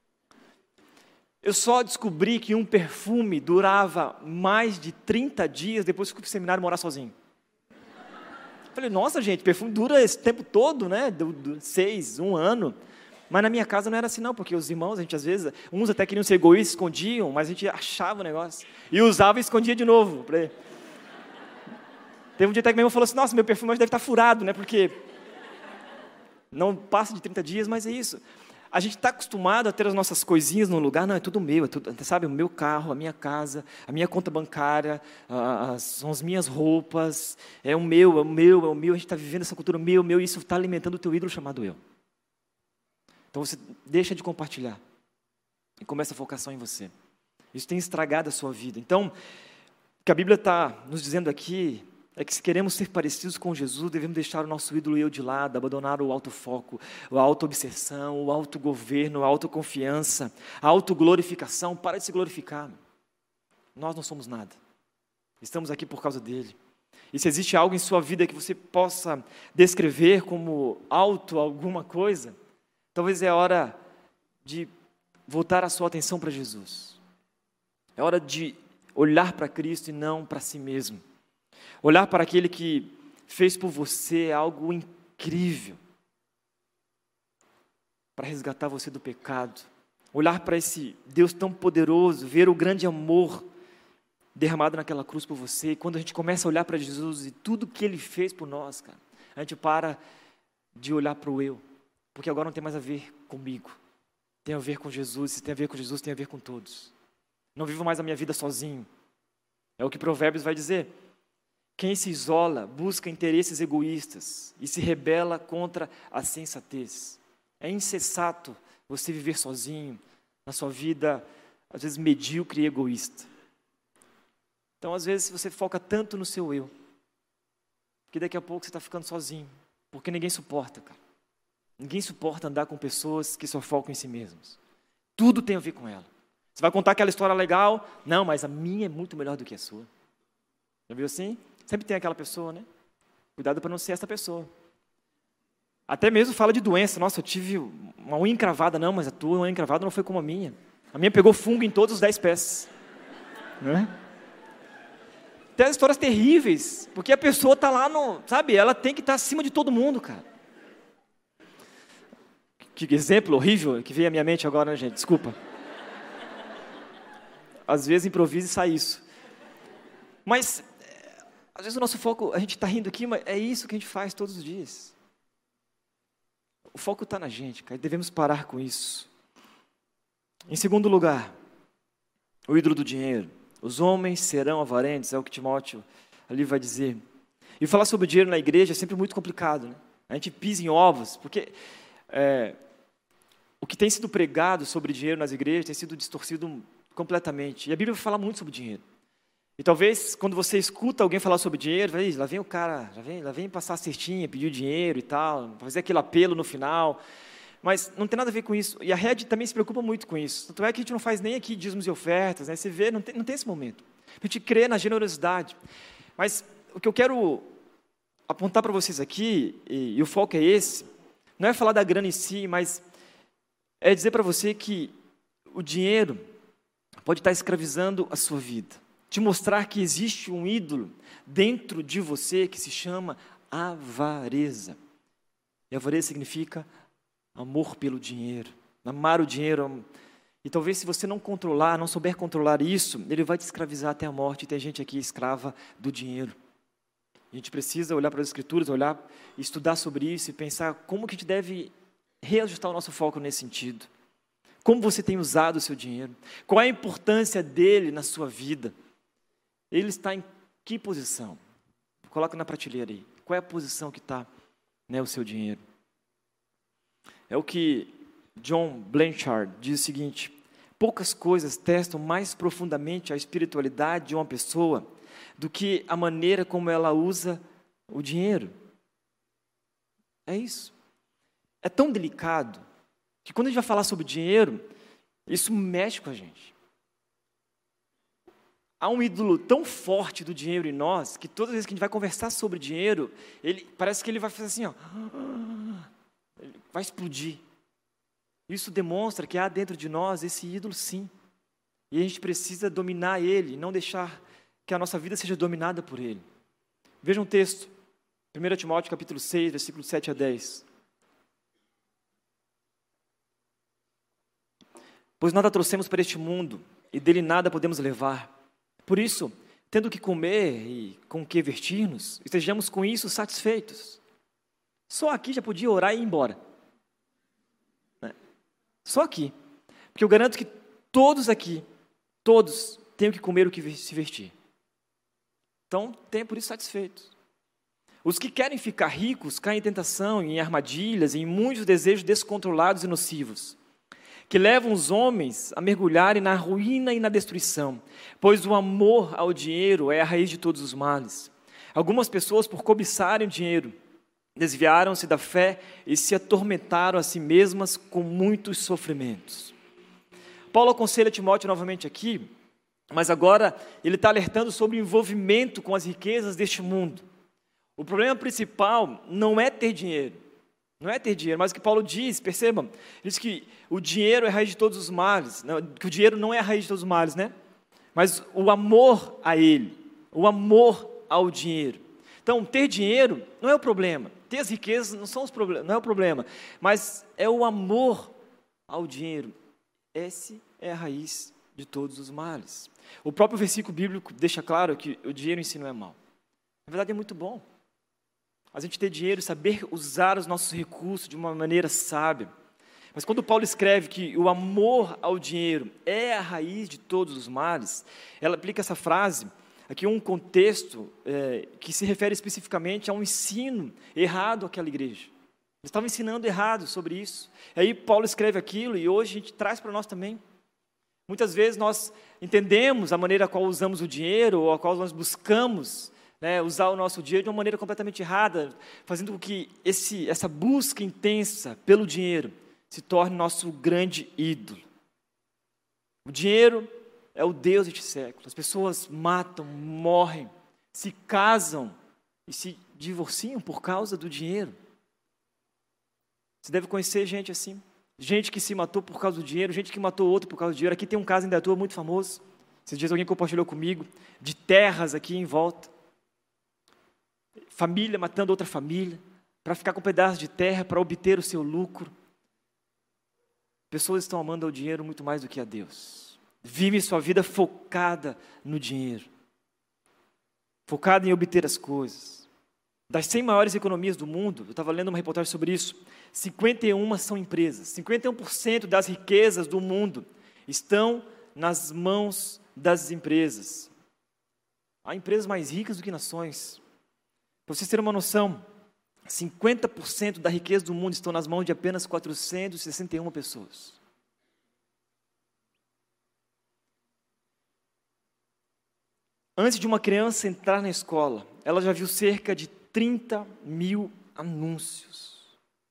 [SPEAKER 1] Eu só descobri que um perfume durava mais de trinta dias depois que eu fui para o seminário morar sozinho. Falei, nossa gente, perfume dura esse tempo todo, né? Do, do, seis, um ano. Mas na minha casa não era assim não, porque os irmãos, a gente às vezes, uns até queriam ser egoístas, escondiam, mas a gente achava o negócio. E usava e escondia de novo. Teve um dia até que meu irmão falou assim, nossa, meu perfume hoje deve estar furado, né? Porque não passa de trinta dias, mas é isso. a gente está acostumado a ter as nossas coisinhas no lugar, não, é tudo meu, é tudo, sabe, o meu carro, a minha casa, a minha conta bancária, as, são as minhas roupas, é o meu, é o meu, é o meu, a gente está vivendo essa cultura meu, meu, e isso está alimentando o teu ídolo chamado eu. Então você deixa de compartilhar e começa a focar só em você. Isso tem estragado a sua vida. Então, o que a Bíblia está nos dizendo aqui é que se queremos ser parecidos com Jesus, devemos deixar o nosso ídolo eu de lado, abandonar o autofoco, a autoobsessão, o autogoverno, a autoconfiança, a autoglorificação. Para de se glorificar. Nós não somos nada. Estamos aqui por causa dele. E se existe algo em sua vida que você possa descrever como auto alguma coisa, talvez é hora de voltar a sua atenção para Jesus. É hora de olhar para Cristo e não para si mesmo. Olhar para aquele que fez por você algo incrível, para resgatar você do pecado. Olhar para esse Deus tão poderoso, ver o grande amor derramado naquela cruz por você. E quando a gente começa a olhar para Jesus e tudo que Ele fez por nós, cara, a gente para de olhar para o eu, porque agora não tem mais a ver comigo. Tem a ver com Jesus, se tem a ver com Jesus, tem a ver com todos. Não vivo mais a minha vida sozinho. É o que Provérbios vai dizer. Quem se isola busca interesses egoístas e se rebela contra a sensatez. É insensato você viver sozinho, na sua vida, às vezes medíocre e egoísta. Então, às vezes, você foca tanto no seu eu, que daqui a pouco você está ficando sozinho, porque ninguém suporta, cara. Ninguém suporta andar com pessoas que só focam em si mesmos. Tudo tem a ver com ela. Você vai contar aquela história legal? Não, mas a minha é muito melhor do que a sua. Já viu assim? Sempre tem aquela pessoa, né? Cuidado para não ser essa pessoa. Até mesmo fala de doença. Nossa, eu tive uma unha encravada. Não, mas a tua unha encravada não foi como a minha. A minha pegou fungo em todos os dez pés. Né? Tem as histórias terríveis, porque a pessoa está lá no... Sabe, ela tem que estar acima de todo mundo, cara. Que exemplo horrível que veio à minha mente agora, né, gente? Desculpa. Às vezes improvisa e sai isso. Mas... Às vezes o nosso foco, a gente está rindo aqui, mas é isso que a gente faz todos os dias. O foco está na gente, cara, e devemos parar com isso. Em segundo lugar, o ídolo do dinheiro. Os homens serão avarentos, é o que Timóteo ali vai dizer. E falar sobre o dinheiro na igreja é sempre muito complicado, né? A gente pisa em ovos, porque é, o que tem sido pregado sobre dinheiro nas igrejas tem sido distorcido completamente. E a Bíblia fala muito sobre dinheiro. E talvez, quando você escuta alguém falar sobre dinheiro, vai, lá vem o cara, lá vem, lá vem passar a cestinha, pedir o dinheiro e tal, fazer aquele apelo no final. Mas não tem nada a ver com isso. E a Red também se preocupa muito com isso. Tanto é que a gente não faz nem aqui dízimos e ofertas, né? Você vê, não tem, não tem esse momento. A gente crê na generosidade. Mas o que eu quero apontar para vocês aqui, e, e o foco é esse, não é falar da grana em si, mas é dizer para você que o dinheiro pode estar escravizando a sua vida. Te mostrar que existe um ídolo dentro de você que se chama avareza. E avareza significa amor pelo dinheiro, amar o dinheiro. E talvez se você não controlar, não souber controlar isso, ele vai te escravizar até a morte. E tem gente aqui escrava do dinheiro. A gente precisa olhar para as Escrituras, olhar, estudar sobre isso e pensar como que a gente deve reajustar o nosso foco nesse sentido. Como você tem usado o seu dinheiro? Qual é a importância dele na sua vida? Ele está em que posição? Coloca na prateleira aí. Qual é a posição que está, né, o seu dinheiro? É o que John Blanchard diz o seguinte: poucas coisas testam mais profundamente a espiritualidade de uma pessoa do que a maneira como ela usa o dinheiro. É isso. É tão delicado que quando a gente vai falar sobre dinheiro, isso mexe com a gente. Há um ídolo tão forte do dinheiro em nós, que todas as vezes que a gente vai conversar sobre dinheiro, ele, parece que ele vai fazer assim, ó, ele vai explodir. Isso demonstra que há dentro de nós esse ídolo, sim. E a gente precisa dominar ele, não deixar que a nossa vida seja dominada por ele. Veja um texto, primeiro Timóteo capítulo seis, versículos sete a dez. Pois nada trouxemos para este mundo, e dele nada podemos levar. Por isso, tendo o que comer e com o que vestir-nos, estejamos com isso satisfeitos. Só aqui já podia orar e ir embora. Né? Só aqui. Porque eu garanto que todos aqui, todos, têm o que comer, o que se vestir. Então, tenha por isso satisfeitos. Os que querem ficar ricos caem em tentação, em armadilhas, em muitos desejos descontrolados e nocivos, que levam os homens a mergulharem na ruína e na destruição, pois o amor ao dinheiro é a raiz de todos os males. Algumas pessoas, por cobiçarem o dinheiro, desviaram-se da fé e se atormentaram a si mesmas com muitos sofrimentos. Paulo aconselha Timóteo novamente aqui, mas agora ele está alertando sobre o envolvimento com as riquezas deste mundo. O problema principal não é ter dinheiro, não é ter dinheiro, mas o que Paulo diz, percebam, ele diz que o dinheiro é a raiz de todos os males, não, que o dinheiro não é a raiz de todos os males, né? Mas o amor a ele, o amor ao dinheiro. Então, ter dinheiro não é o problema, ter as riquezas não, são os problem- não é o problema, mas é o amor ao dinheiro. Esse é a raiz de todos os males. O próprio versículo bíblico deixa claro que o dinheiro em si não é mau. Na verdade, é muito bom. A gente ter dinheiro, saber usar os nossos recursos de uma maneira sábia. Mas quando Paulo escreve que o amor ao dinheiro é a raiz de todos os males, ela aplica essa frase aqui em um contexto é, que se refere especificamente a um ensino errado àquela igreja. Eles estavam ensinando errado sobre isso. E aí Paulo escreve aquilo e hoje a gente traz para nós também. Muitas vezes nós entendemos a maneira a qual usamos o dinheiro ou a qual nós buscamos, né, usar o nosso dinheiro de uma maneira completamente errada, fazendo com que esse, essa busca intensa pelo dinheiro se torne nosso grande ídolo. O dinheiro é o Deus deste século. As pessoas matam, morrem, se casam e se divorciam por causa do dinheiro. Você deve conhecer gente assim. Gente que se matou por causa do dinheiro, gente que matou outro por causa do dinheiro. Aqui tem um caso em Indaiatuba muito famoso. Esses dias alguém compartilhou comigo, de terras aqui em volta. Família matando outra família, para ficar com um pedaço de terra, para obter o seu lucro. Pessoas estão amando ao dinheiro muito mais do que a Deus. Vive sua vida focada no dinheiro. Focada em obter as coisas. Das cem maiores economias do mundo, eu estava lendo uma reportagem sobre isso, cinquenta e uma são empresas. cinquenta e um por cento das riquezas do mundo estão nas mãos das empresas. Há empresas mais ricas do que nações. Para vocês terem uma noção, cinquenta por cento da riqueza do mundo estão nas mãos de apenas quatrocentas e sessenta e uma pessoas. Antes de uma criança entrar na escola, ela já viu cerca de trinta mil anúncios.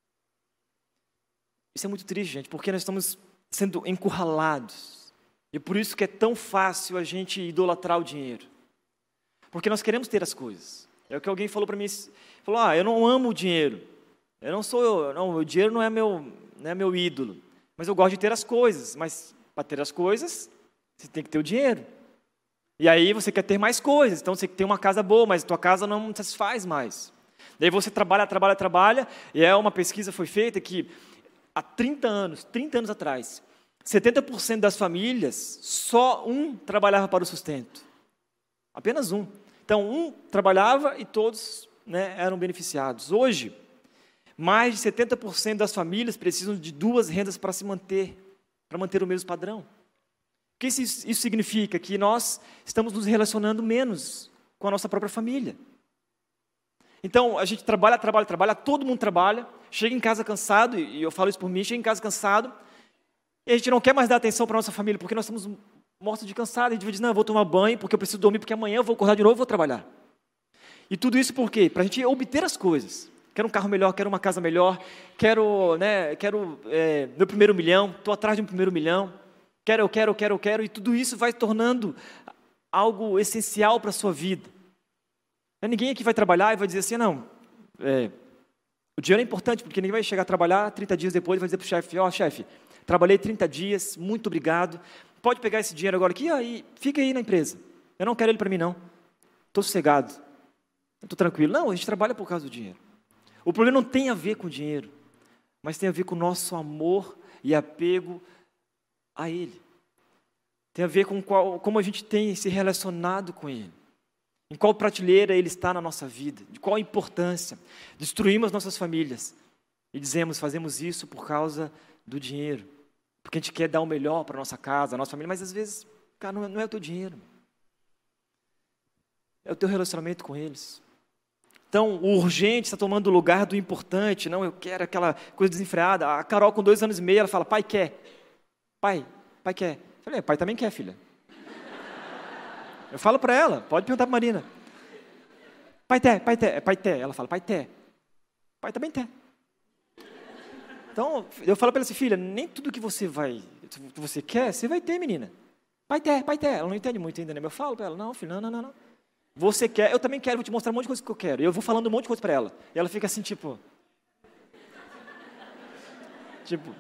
[SPEAKER 1] Isso é muito triste, gente, porque nós estamos sendo encurralados. E por isso que é tão fácil a gente idolatrar o dinheiro. Porque nós queremos ter as coisas. É o que alguém falou para mim, falou, ah, eu não amo o dinheiro. Eu não sou, não, o dinheiro não é meu, não é meu ídolo. Mas eu gosto de ter as coisas. Mas para ter as coisas, você tem que ter o dinheiro. E aí você quer ter mais coisas, então você tem uma casa boa, mas a tua casa não satisfaz mais. Daí você trabalha, trabalha, trabalha, e é uma pesquisa foi feita que há trinta anos, trinta anos atrás, setenta por cento das famílias, só um trabalhava para o sustento. Apenas um. Então, um trabalhava e todos, né, eram beneficiados. Hoje, mais de setenta por cento das famílias precisam de duas rendas para se manter, para manter o mesmo padrão. O que isso, isso significa? Que nós estamos nos relacionando menos com a nossa própria família. Então, a gente trabalha, trabalha, trabalha, todo mundo trabalha, chega em casa cansado, e eu falo isso por mim, chega em casa cansado, e a gente não quer mais dar atenção para a nossa família, porque nós estamos mortos de cansado, a gente vai dizer, não, eu vou tomar banho, porque eu preciso dormir, porque amanhã eu vou acordar de novo e vou trabalhar. E tudo isso por quê? Para a gente obter as coisas. Quero um carro melhor, quero uma casa melhor, quero, né, quero é, meu primeiro milhão, estou atrás de um primeiro milhão, quero, eu quero, eu quero, eu quero, e tudo isso vai tornando algo essencial para a sua vida. Ninguém aqui vai trabalhar e vai dizer assim, não, é, o dinheiro é importante, porque ninguém vai chegar a trabalhar trinta dias depois e vai dizer para o chefe, ó, oh, chefe, trabalhei trinta dias, muito obrigado, pode pegar esse dinheiro agora aqui e fica aí na empresa. Eu não quero ele para mim, não. Estou sossegado, estou tranquilo. Não, a gente trabalha por causa do dinheiro. O problema não tem a ver com o dinheiro, mas tem a ver com o nosso amor e apego a Ele. Tem a ver com qual, como a gente tem se relacionado com Ele. Em qual prateleira Ele está na nossa vida, de qual a importância. Destruímos nossas famílias e dizemos, fazemos isso por causa do dinheiro. porque a gente quer dar o melhor para a nossa casa, a nossa família, mas às vezes, cara, não é, não é o teu dinheiro. É o teu relacionamento com eles. Então, o urgente está tomando o lugar do importante. Não, eu quero aquela coisa desenfreada. A Carol, com dois anos e meio, ela fala, pai quer. Pai, pai quer. Eu falei, pai também quer, filha. Eu falo para ela, pode perguntar para Marina. Pai té, pai té, pai té. Ela fala, pai té. Pai também té. Então, eu falo para ela assim, filha, nem tudo que você vai, que você quer, você vai ter, menina. Pai té, pai té. Ela não entende muito ainda, né? Eu falo para ela, não, filha, não, não, não, não. Você quer, eu também quero, vou te mostrar um monte de coisa que eu quero. E eu vou falando um monte de coisa para ela. E ela fica assim, tipo... tipo...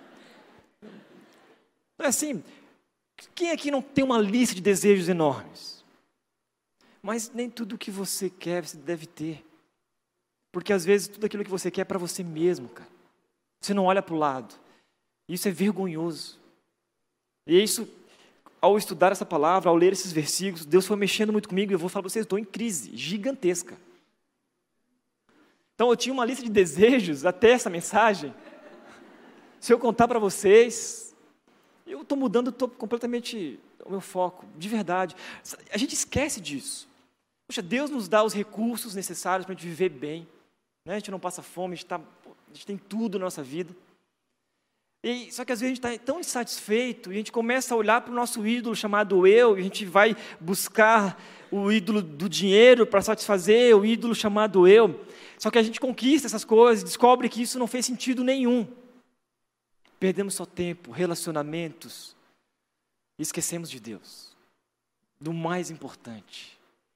[SPEAKER 1] É assim, quem aqui não tem uma lista de desejos enormes? Mas nem tudo que você quer, você deve ter. Porque às vezes tudo aquilo que você quer é para você mesmo, cara. Você não olha para o lado. Isso é vergonhoso. E isso... Ao estudar essa palavra, ao ler esses versículos, Deus foi mexendo muito comigo e eu vou falar para vocês, estou em crise gigantesca. Então eu tinha uma lista de desejos até essa mensagem. Se eu contar para vocês, eu estou mudando, estou completamente o meu foco, de verdade. A gente esquece disso. Poxa, Deus nos dá os recursos necessários para a gente viver bem. Né? A gente não passa fome, a gente, tá, a gente tem tudo na nossa vida. E, só que às vezes a gente está tão insatisfeito e a gente começa a olhar para o nosso ídolo chamado eu, e a gente vai buscar o ídolo do dinheiro para satisfazer o ídolo chamado eu. Só que a gente conquista essas coisas e descobre que isso não fez sentido nenhum. Perdemos só tempo, relacionamentos, e esquecemos de Deus, do mais importante.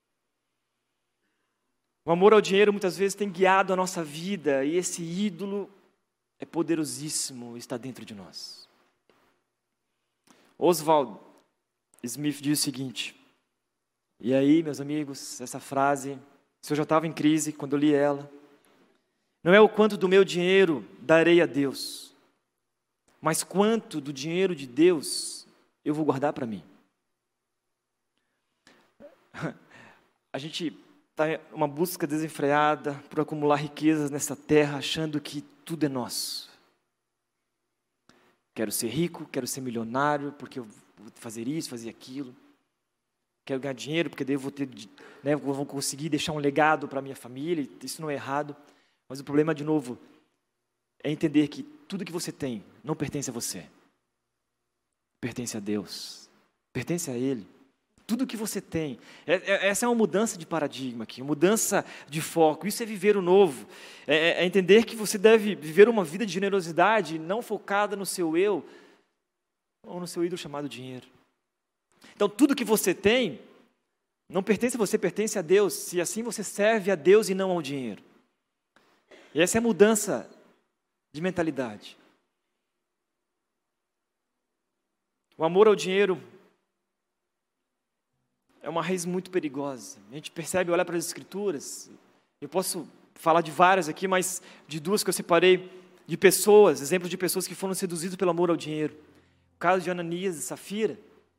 [SPEAKER 1] O amor ao dinheiro muitas vezes tem guiado a nossa vida e esse ídolo é poderosíssimo, está dentro de nós. Oswald Smith diz o seguinte, e aí, meus amigos, essa frase, se eu já estava em crise quando eu li ela, não é o quanto do meu dinheiro darei a Deus, mas quanto do dinheiro de Deus eu vou guardar para mim. A gente está em uma busca desenfreada por acumular riquezas nessa terra, achando que tudo é nosso. Quero ser rico, quero ser milionário, porque eu vou fazer isso, fazer aquilo. Quero ganhar dinheiro, porque daí eu vou, ter, né, eu vou conseguir deixar um legado para a minha família, isso não é errado. Mas o problema, de novo, é entender que tudo que você tem não pertence a você. Pertence a Deus. Pertence a Ele. Tudo que você tem. Essa é uma mudança de paradigma aqui, uma mudança de foco. Isso é viver o novo. É, é entender que você deve viver uma vida de generosidade, não focada no seu eu, ou no seu ídolo chamado dinheiro. Então, tudo que você tem, não pertence a você, pertence a Deus. Se assim você serve a Deus e não ao dinheiro. E essa é a mudança de mentalidade. O amor ao dinheiro é uma raiz muito perigosa. A gente percebe, olha para as Escrituras. Eu posso falar de várias aqui, mas de duas que eu separei, de pessoas, exemplos de pessoas que foram seduzidas pelo amor ao dinheiro. O caso de Ananias e Safira.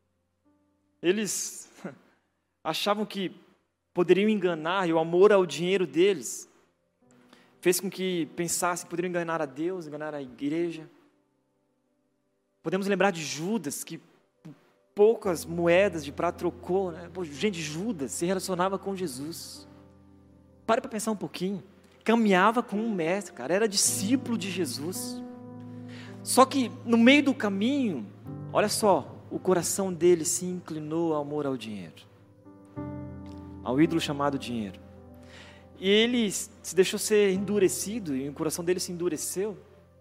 [SPEAKER 1] Eles achavam que poderiam enganar, e o amor ao dinheiro deles fez com que pensassem que poderiam enganar a Deus, enganar a igreja. Podemos lembrar de Judas, que poucas moedas de prata trocou, né? Pô, gente, Judas se relacionava com Jesus. Pare para pensar um pouquinho. Caminhava com um mestre, cara, era discípulo de Jesus. Só que no meio do caminho, olha só, o coração dele se inclinou ao amor ao dinheiro, ao ídolo chamado dinheiro. E ele se deixou ser endurecido, e o coração dele se endureceu.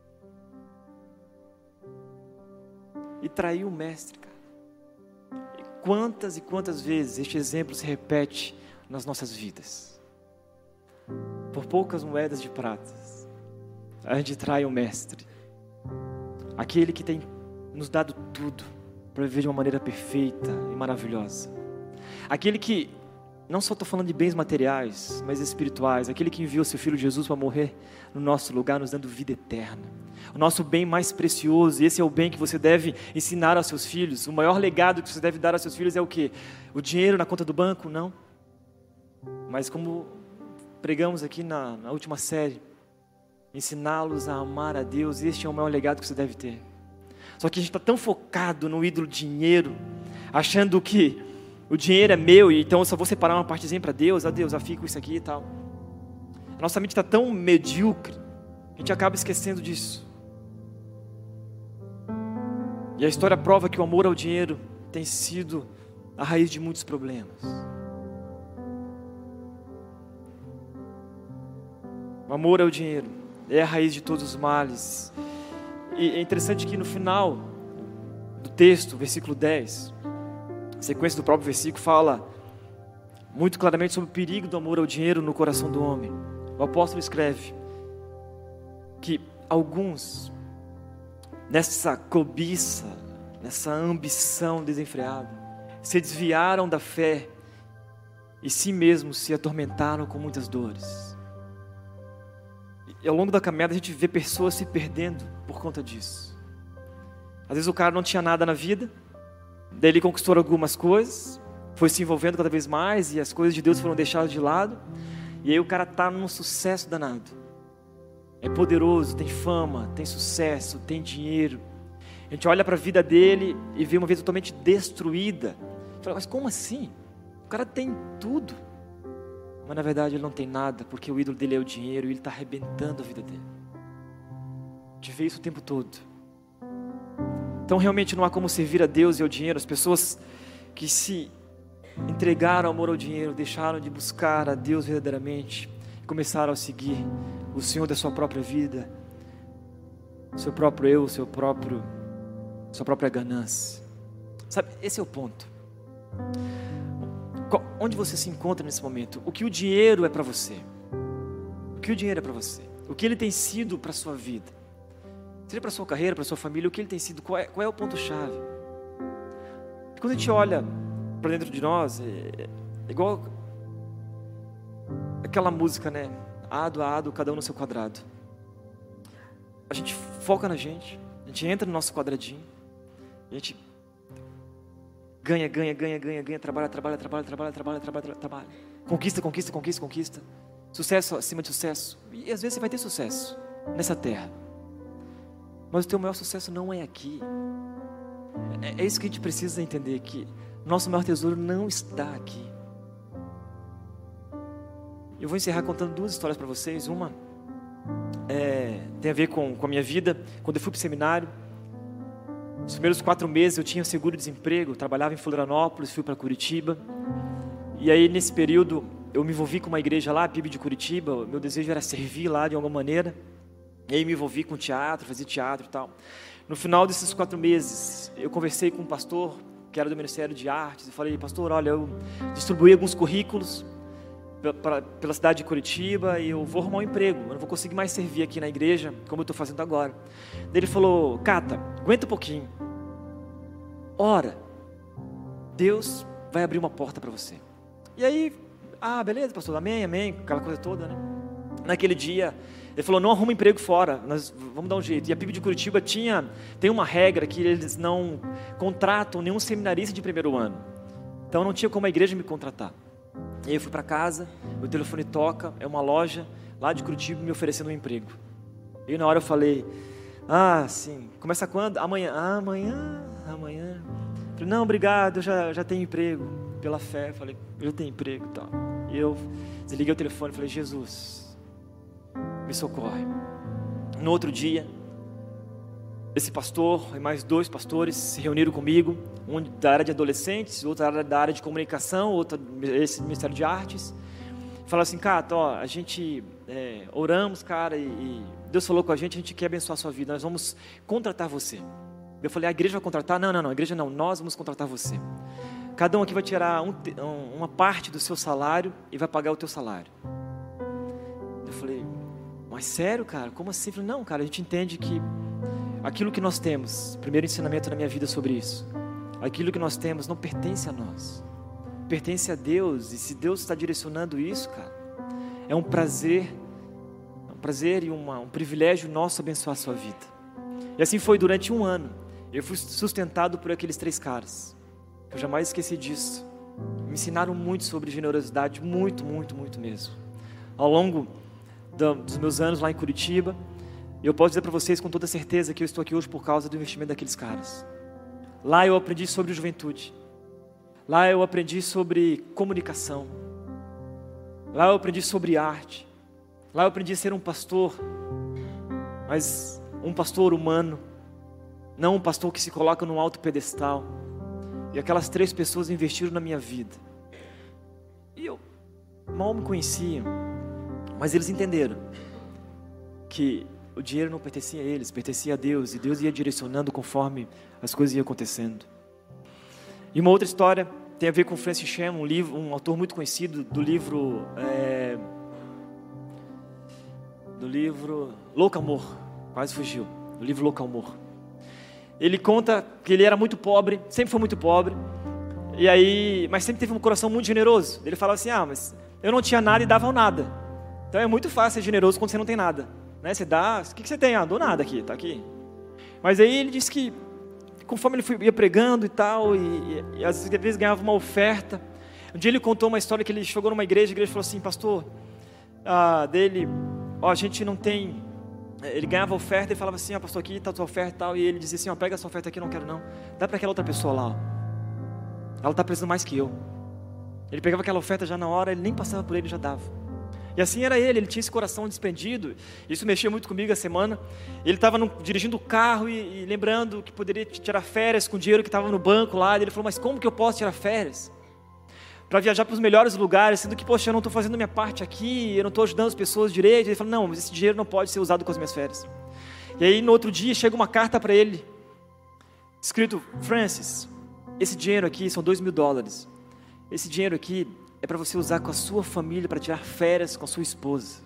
[SPEAKER 1] E traiu o mestre, cara. Quantas e quantas vezes este exemplo se repete nas nossas vidas? Por poucas moedas de prata, a gente trai o mestre, aquele que tem nos dado tudo para viver de uma maneira perfeita e maravilhosa, aquele que, não só estou falando de bens materiais, mas espirituais, aquele que enviou seu Filho Jesus para morrer no nosso lugar, nos dando vida eterna, o nosso bem mais precioso. E esse é o bem que você deve ensinar aos seus filhos. O maior legado que você deve dar aos seus filhos é o quê? O dinheiro na conta do banco? Não. Mas como pregamos aqui na, na última série, ensiná-los a amar a Deus. Este é o maior legado que você deve ter. Só que a gente está tão focado no ídolo dinheiro, achando que o dinheiro é meu, e então eu só vou separar uma partezinha para Deus, ah Deus, eu fico isso aqui e tal. A nossa mente está tão medíocre, a gente acaba esquecendo disso. E a história prova que o amor ao dinheiro tem sido a raiz de muitos problemas. O amor ao dinheiro é a raiz de todos os males. E é interessante que no final do texto, versículo dez, a sequência do próprio versículo fala muito claramente sobre o perigo do amor ao dinheiro no coração do homem. O apóstolo escreve que alguns, nessa cobiça, nessa ambição desenfreada, se desviaram da fé e si mesmos se atormentaram com muitas dores. E ao longo da caminhada a gente vê pessoas se perdendo por conta disso. Às vezes o cara não tinha nada na vida, daí ele conquistou algumas coisas, foi se envolvendo cada vez mais e as coisas de Deus foram deixadas de lado, e aí o cara está num sucesso danado. É poderoso, tem fama, tem sucesso, tem dinheiro. A gente olha para a vida dele e vê uma vida totalmente destruída. Fala, mas como assim? O cara tem tudo. Mas na verdade ele não tem nada, porque o ídolo dele é o dinheiro e ele está arrebentando a vida dele. A gente vê isso o tempo todo. Então realmente não há como servir a Deus e ao dinheiro. As pessoas que se entregaram ao amor ao dinheiro, deixaram de buscar a Deus verdadeiramente, começaram a seguir o Senhor da sua própria vida, o seu próprio eu, o seu próprio, sua própria ganância. Sabe, esse é o ponto. Onde você se encontra nesse momento? O que o dinheiro é para você? O que o dinheiro é para você? O que ele tem sido para a sua vida? Seja para a sua carreira, para a sua família, o que ele tem sido? Qual é, qual é o ponto-chave? Quando a gente olha para dentro de nós, é, é igual aquela música, né? Ado a ado, cada um no seu quadrado. A gente foca na gente, a gente entra no nosso quadradinho, a gente ganha, ganha, ganha, ganha, ganha, trabalha, trabalha, trabalha, trabalha, trabalha, trabalha, trabalha. Conquista, conquista, conquista, conquista. Sucesso acima de sucesso. E às vezes você vai ter sucesso nessa terra. Mas o teu maior sucesso não é aqui. É, é isso que a gente precisa entender, que nosso maior tesouro não está aqui. Eu vou encerrar contando duas histórias para vocês. Uma é, tem a ver com, com a minha vida. Quando eu fui para o seminário, nos primeiros quatro meses eu tinha seguro-desemprego, trabalhava em Florianópolis, fui para Curitiba. E aí nesse período eu me envolvi com uma igreja lá, a P I B de Curitiba. Meu desejo era servir lá de alguma maneira. E aí me envolvi com teatro, fazia teatro e tal. No final desses quatro meses, eu conversei com um pastor que era do Ministério de Artes. Eu falei, pastor, olha, eu distribuí alguns currículos pela, pela cidade de Curitiba e eu vou arrumar um emprego. Eu não vou conseguir mais servir aqui na igreja como eu estou fazendo agora. Daí ele falou, Cata, aguenta um pouquinho. Ora, Deus vai abrir uma porta para você. E aí, ah, beleza, pastor, amém, amém, aquela coisa toda, né? Naquele dia, ele falou, não arruma emprego fora, nós vamos dar um jeito. E a P I B de Curitiba tinha, tem uma regra que eles não contratam nenhum seminarista de primeiro ano. Então não tinha como a igreja me contratar. E aí eu fui para casa, o telefone toca, é uma loja lá de Curitiba me oferecendo um emprego. E na hora eu falei, ah, sim, começa quando? Amanhã. Ah, amanhã, amanhã. Eu falei, não, obrigado, eu já, já tenho emprego. Pela fé, eu falei, eu já tenho emprego e tal. E eu desliguei o telefone e falei, Jesus, me socorre. No outro dia, esse pastor e mais dois pastores se reuniram comigo, um da área de adolescentes, outro da área de comunicação, outro esse Ministério de Artes. Falaram assim, Cata, ó, a gente é, oramos, cara, e, e Deus falou com a gente, a gente quer abençoar a sua vida, nós vamos contratar você. Eu falei, a igreja vai contratar? Não, não, não, a igreja não, nós vamos contratar você. Cada um aqui vai tirar um, uma parte do seu salário e vai pagar o teu salário. Eu falei, mas sério, cara? Como assim? Eu falei, não, cara, a gente entende que aquilo que nós temos, primeiro ensinamento na minha vida sobre isso, aquilo que nós temos não pertence a nós, pertence a Deus. E se Deus está direcionando isso, cara, é um prazer, é um prazer e uma, um privilégio nosso abençoar a sua vida. E assim foi durante um ano. Eu fui sustentado por aqueles três caras. Eu jamais esqueci disso. Me ensinaram muito sobre generosidade, muito, muito, muito mesmo. Ao longo do, dos meus anos lá em Curitiba, E eu posso dizer para vocês com toda certeza que eu estou aqui hoje por causa do investimento daqueles caras. Lá eu aprendi sobre juventude. Lá eu aprendi sobre comunicação. Lá eu aprendi sobre arte. Lá eu aprendi a ser um pastor, mas um pastor humano, não um pastor que se coloca num alto pedestal. E aquelas três pessoas investiram na minha vida. E eu mal me conhecia, mas eles entenderam que o dinheiro não pertencia a eles, pertencia a Deus, e Deus ia direcionando conforme as coisas iam acontecendo. E uma outra história tem a ver com Francis Chan, um, livro, um autor muito conhecido do livro, é, do livro Louco Amor, quase fugiu, do livro Louco Amor. Ele conta que ele era muito pobre, sempre foi muito pobre, e aí, mas sempre teve um coração muito generoso. Ele falava assim, ah, mas eu não tinha nada e dava nada. Então é muito fácil ser generoso quando você não tem nada. Né? Você dá, o que, que você tem? Ah, dou nada aqui, tá aqui. Mas aí ele disse que, conforme ele foi, ia pregando e tal, e, e, e às vezes ganhava uma oferta. Um dia ele contou uma história que ele chegou numa igreja, a igreja falou assim, pastor, ah, dele, ó, a gente não tem... Ele ganhava oferta e falava assim, ó, pastor, aqui está a tua oferta e tal. E ele dizia assim, ó, pega essa oferta aqui, não quero não. Dá para aquela outra pessoa lá, ó. Ela está precisando mais que eu. Ele pegava aquela oferta já na hora, ele nem passava por ele, já dava. E assim era ele, ele tinha esse coração desprendido. Isso mexia muito comigo a semana. Ele estava dirigindo o carro e, e lembrando que poderia tirar férias com o dinheiro que estava no banco lá. E ele falou, mas como que eu posso tirar férias? Para viajar para os melhores lugares, sendo que, poxa, eu não estou fazendo minha parte aqui, eu não estou ajudando as pessoas direito. Ele falou, não, mas esse dinheiro não pode ser usado com as minhas férias. E aí no outro dia chega uma carta para ele, escrito, Francis, esse dinheiro aqui são dois mil dólares. Esse dinheiro aqui é para você usar com a sua família, para tirar férias com a sua esposa.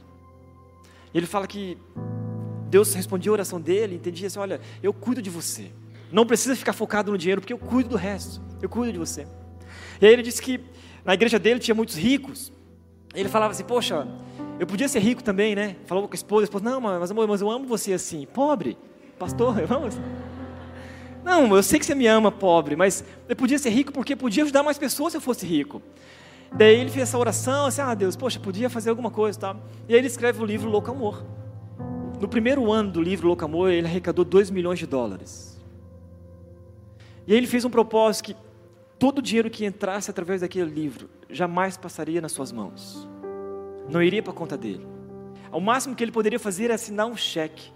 [SPEAKER 1] E ele fala que Deus respondia a oração dele, entendia assim, olha, eu cuido de você. Não precisa ficar focado no dinheiro, porque eu cuido do resto. Eu cuido de você. E aí ele disse que na igreja dele tinha muitos ricos. Ele falava assim, poxa, eu podia ser rico também, né? Falou com a esposa, a esposa, não, mas amor, mas eu amo você assim. Pobre, pastor, eu amo você. Não, eu sei que você me ama, pobre, mas eu podia ser rico porque podia ajudar mais pessoas se eu fosse rico. Daí ele fez essa oração, assim, ah Deus, poxa, podia fazer alguma coisa, tá? E aí ele escreve o livro Louco Amor. No primeiro ano do livro Louco Amor, ele arrecadou dois milhões de dólares. E aí ele fez um propósito que todo o dinheiro que entrasse através daquele livro jamais passaria nas suas mãos. Não iria para a conta dele. O máximo que ele poderia fazer era assinar um cheque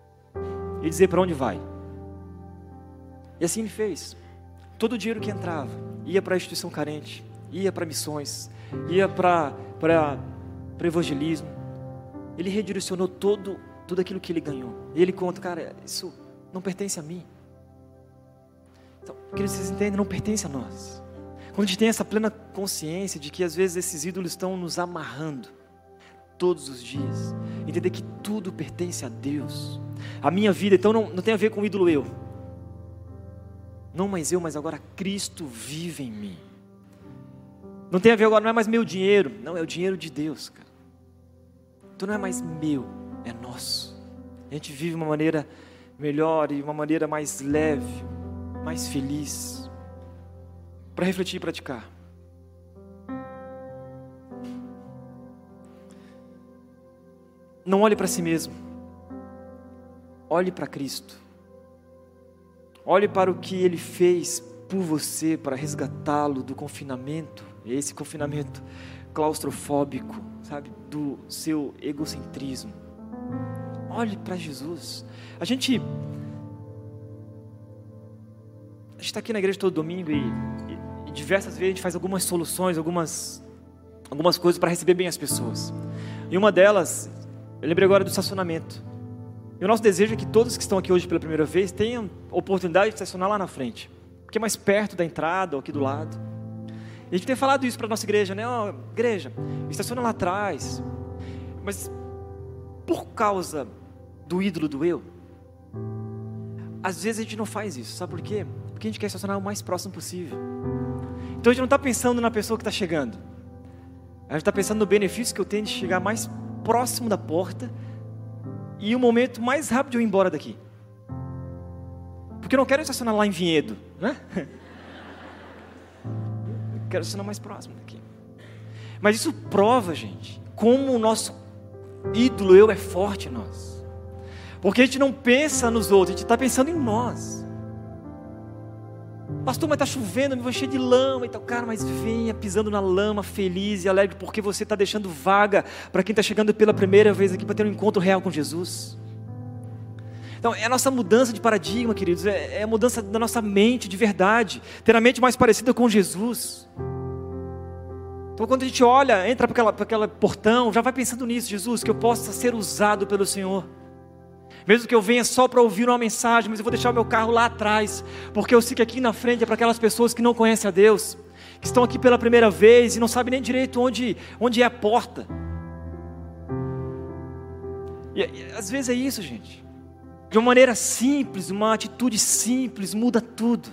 [SPEAKER 1] e dizer para onde vai. E assim ele fez. Todo o dinheiro que entrava ia para a instituição carente, ia para missões, ia para para evangelismo. Ele redirecionou todo, tudo aquilo que ele ganhou. E ele conta, cara, isso não pertence a mim. Então, queridos, vocês entendem, não pertence a nós. Quando a gente tem essa plena consciência de que às vezes esses ídolos estão nos amarrando todos os dias, entender que tudo pertence a Deus. A minha vida, então, não, não tem a ver com o ídolo eu. Não mais eu, mas agora Cristo vive em mim. Não tem a ver agora, não é mais meu dinheiro. Não, é o dinheiro de Deus, cara. Então não é mais meu, é nosso. A gente vive uma maneira melhor e uma maneira mais leve, mais feliz, para refletir e praticar. Não olhe para si mesmo. Olhe para Cristo. Olhe para o que Ele fez por você para resgatá-lo do confinamento, esse confinamento claustrofóbico, sabe, do seu egocentrismo. Olhe para Jesus. A gente a gente está aqui na igreja todo domingo e, e, e diversas vezes a gente faz algumas soluções, algumas algumas coisas para receber bem as pessoas. E uma delas, eu lembrei agora do estacionamento. E o nosso desejo é que todos que estão aqui hoje pela primeira vez tenham oportunidade de estacionar lá na frente, porque é mais perto da entrada ou aqui do lado. E a gente tem falado isso para a nossa igreja, né? Ó, igreja, estaciona lá atrás. Mas por causa do ídolo do eu, às vezes a gente não faz isso. Sabe por quê? Porque a gente quer estacionar o mais próximo possível. Então a gente não está pensando na pessoa que está chegando. A gente está pensando no benefício que eu tenho de chegar mais próximo da porta e o momento mais rápido de eu ir embora daqui. Porque eu não quero estacionar lá em Vinhedo, né? Eu quero estacionar mais próximo daqui. Mas isso prova, gente, como o nosso ídolo eu é forte em nós. Porque a gente não pensa nos outros, a gente está pensando em nós. Pastor, mas está chovendo, me vou cheio de lama e tal. Cara, mas venha pisando na lama, feliz e alegre, porque você está deixando vaga para quem está chegando pela primeira vez aqui para ter um encontro real com Jesus. Então, é a nossa mudança de paradigma, queridos, é, é a mudança da nossa mente de verdade, ter a mente mais parecida com Jesus. Então, quando a gente olha, entra para aquela, para aquele portão, já vai pensando nisso, Jesus, que eu possa ser usado pelo Senhor. Mesmo que eu venha só para ouvir uma mensagem, mas eu vou deixar o meu carro lá atrás, porque eu sei que aqui na frente é para aquelas pessoas que não conhecem a Deus, que estão aqui pela primeira vez e não sabem nem direito onde, onde é a porta. E, e às vezes é isso, gente. De uma maneira simples, uma atitude simples, muda tudo.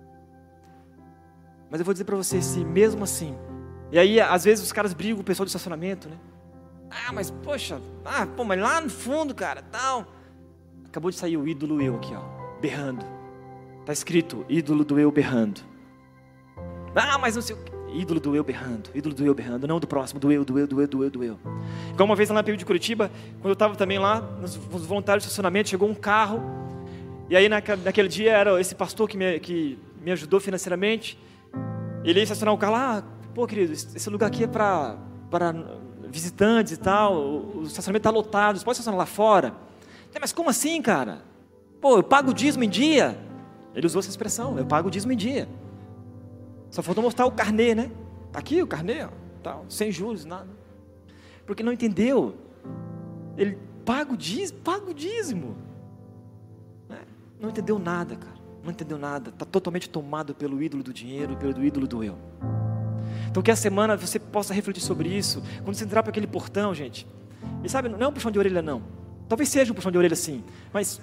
[SPEAKER 1] Mas eu vou dizer para vocês, se mesmo assim, e aí às vezes os caras brigam com o pessoal do estacionamento, né? Ah, mas poxa, ah, pô, mas lá no fundo, cara, tal... Acabou de sair o ídolo eu aqui, ó, berrando. Está escrito, ídolo do eu berrando. Ah, mas não sei o que. Ídolo do eu berrando, ídolo do eu berrando. Não do próximo, do eu, do eu, do eu, do eu, do eu. Igual uma vez lá na P I B de Curitiba, quando eu estava também lá, nos voluntários de estacionamento, chegou um carro. E aí naquele dia era esse pastor que me, que me ajudou financeiramente. Ele ia estacionar o carro lá. Ah, pô, querido, esse lugar aqui é para visitantes e tal. O estacionamento está lotado, você pode estacionar lá fora? Mas como assim, cara? Pô, eu pago o dízimo em dia. Ele usou essa expressão, eu pago o dízimo em dia. Só faltou mostrar o carnê, né? Tá aqui o carnê, ó, tal, sem juros, nada. Porque não entendeu. Ele paga o dízimo, paga o dízimo. Não entendeu nada, cara. Não entendeu nada. Está totalmente tomado pelo ídolo do dinheiro, pelo ídolo do eu. Então que a semana você possa refletir sobre isso. Quando você entrar para aquele portão, gente. E sabe, não é um puxão de orelha, não. Talvez seja um puxão de orelha sim, mas...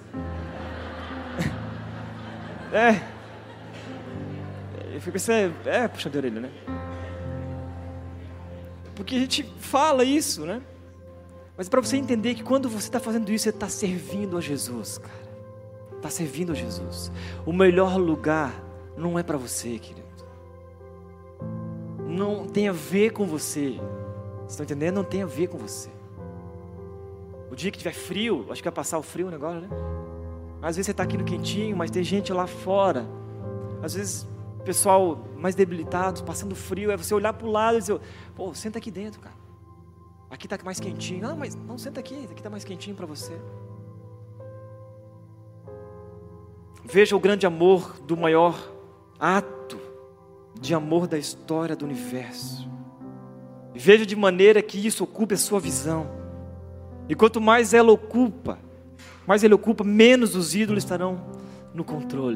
[SPEAKER 1] é... Eu fico pensando, é, é puxão de orelha, né? Porque a gente fala isso, né? Mas para você entender que quando você está fazendo isso, você está servindo a Jesus, cara. Está servindo a Jesus. O melhor lugar não é para você, querido. Não tem a ver com você. Vocês estão entendendo? Não tem a ver com você. O dia que tiver frio, acho que vai passar o frio o negócio, né? Às vezes você está aqui no quentinho, mas tem gente lá fora. Às vezes, pessoal mais debilitado, passando frio. É você olhar para o lado e dizer, pô, senta aqui dentro, cara. Aqui está mais quentinho. Não, mas não, senta aqui. Aqui está mais quentinho para você. Veja o grande amor do maior ato de amor da história do universo. Veja de maneira que isso ocupe a sua visão. E quanto mais ela ocupa, mais ele ocupa, menos os ídolos estarão no controle.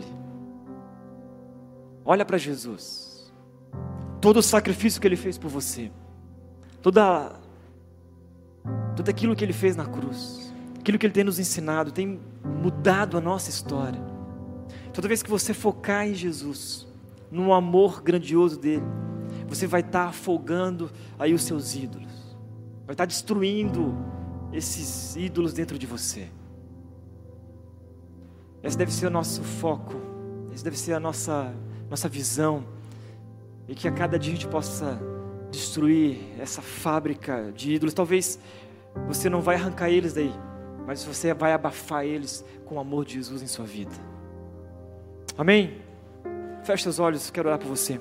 [SPEAKER 1] Olha para Jesus. Todo o sacrifício que Ele fez por você. Toda, tudo aquilo que Ele fez na cruz. Aquilo que Ele tem nos ensinado, tem mudado a nossa história. Toda vez que você focar em Jesus, no amor grandioso dEle, você vai estar afogando aí os seus ídolos. Vai estar destruindo esses ídolos dentro de você. Esse deve ser o nosso foco. Esse deve ser a nossa, nossa visão. E que a cada dia a gente possa destruir essa fábrica de ídolos. Talvez você não vai arrancar eles daí, mas você vai abafar eles com o amor de Jesus em sua vida. Amém? Feche seus olhos, quero orar por você.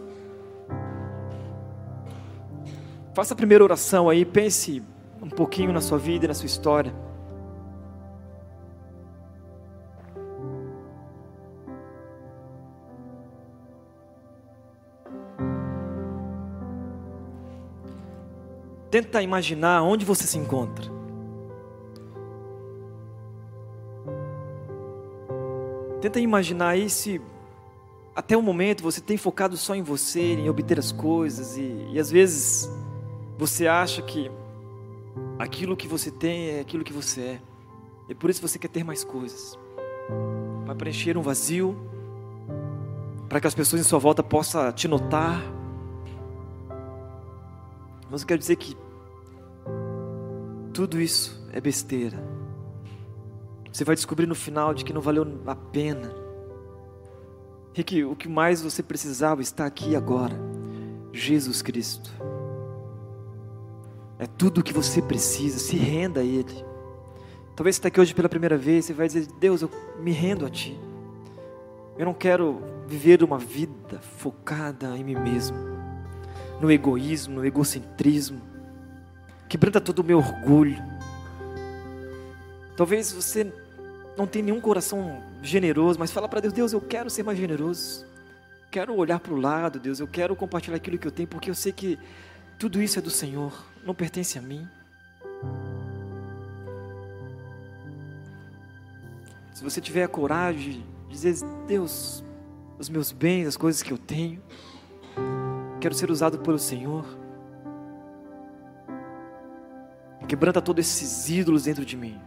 [SPEAKER 1] Faça a primeira oração aí, pense um pouquinho na sua vida e na sua história. Tenta imaginar onde você se encontra. Tenta imaginar aí se até o momento você tem focado só em você, em obter as coisas e, e às vezes você acha que aquilo que você tem é aquilo que você é. E por isso você quer ter mais coisas. Para preencher um vazio, para que as pessoas em sua volta possam te notar. Mas eu quero dizer que tudo isso é besteira. Você vai descobrir no final de que não valeu a pena. E que o que mais você precisava está aqui agora. Jesus Cristo. É tudo o que você precisa. Se renda a Ele. Talvez você está aqui hoje pela primeira vez, você vai dizer: Deus, eu me rendo a Ti. Eu não quero viver uma vida focada em mim mesmo, no egoísmo, no egocentrismo. Quebranta todo o meu orgulho. Talvez você não tenha nenhum coração generoso, mas fala para Deus: Deus, eu quero ser mais generoso. Quero olhar para o lado, Deus, eu quero compartilhar aquilo que eu tenho, porque eu sei que tudo isso é do Senhor, não pertence a mim. Se você tiver a coragem de dizer: Deus, os meus bens, as coisas que eu tenho, quero ser usado pelo Senhor. Quebranta todos esses ídolos dentro de mim.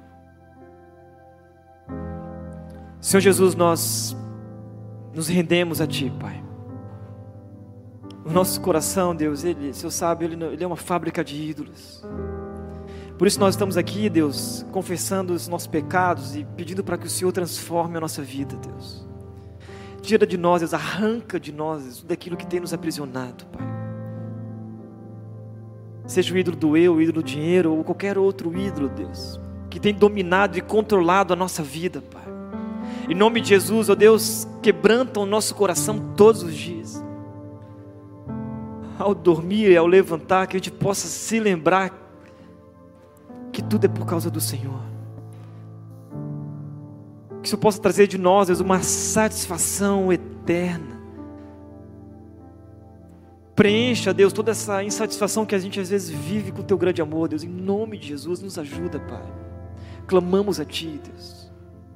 [SPEAKER 1] Senhor Jesus, nós nos rendemos a Ti, Pai. O nosso coração, Deus, Ele, o Senhor sabe, ele, ele é uma fábrica de ídolos. Por isso nós estamos aqui, Deus, confessando os nossos pecados e pedindo para que o Senhor transforme a nossa vida, Deus. Tira de nós, Deus, arranca de nós Deus, tudo aquilo que tem nos aprisionado, Pai. Seja o ídolo do eu, o ídolo do dinheiro ou qualquer outro ídolo, Deus, que tem dominado e controlado a nossa vida, Pai. Em nome de Jesus, ó Deus, quebranta o nosso coração todos os dias. Ao dormir e ao levantar, que a gente possa se lembrar que tudo é por causa do Senhor. Que isso possa trazer de nós, Deus, uma satisfação eterna. Preencha, Deus, toda essa insatisfação que a gente às vezes vive com o Teu grande amor, Deus. Em nome de Jesus, nos ajuda, Pai. Clamamos a Ti, Deus.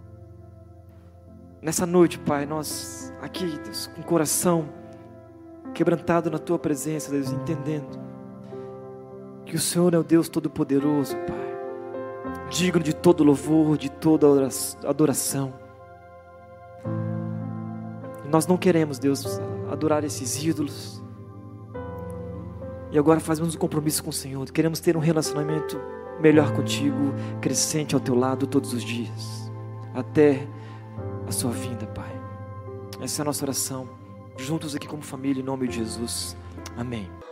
[SPEAKER 1] Nessa noite, Pai, nós aqui, Deus, com o coração quebrantado na Tua presença, Deus, entendendo que o Senhor é o Deus Todo-Poderoso, Pai, digno de todo louvor, de toda adoração. Nós não queremos, Deus, adorar esses ídolos. E agora fazemos um compromisso com o Senhor. Queremos ter um relacionamento melhor contigo, crescente ao Teu lado todos os dias, até a Sua vinda, Pai. Essa é a nossa oração, juntos aqui como família, em nome de Jesus. Amém.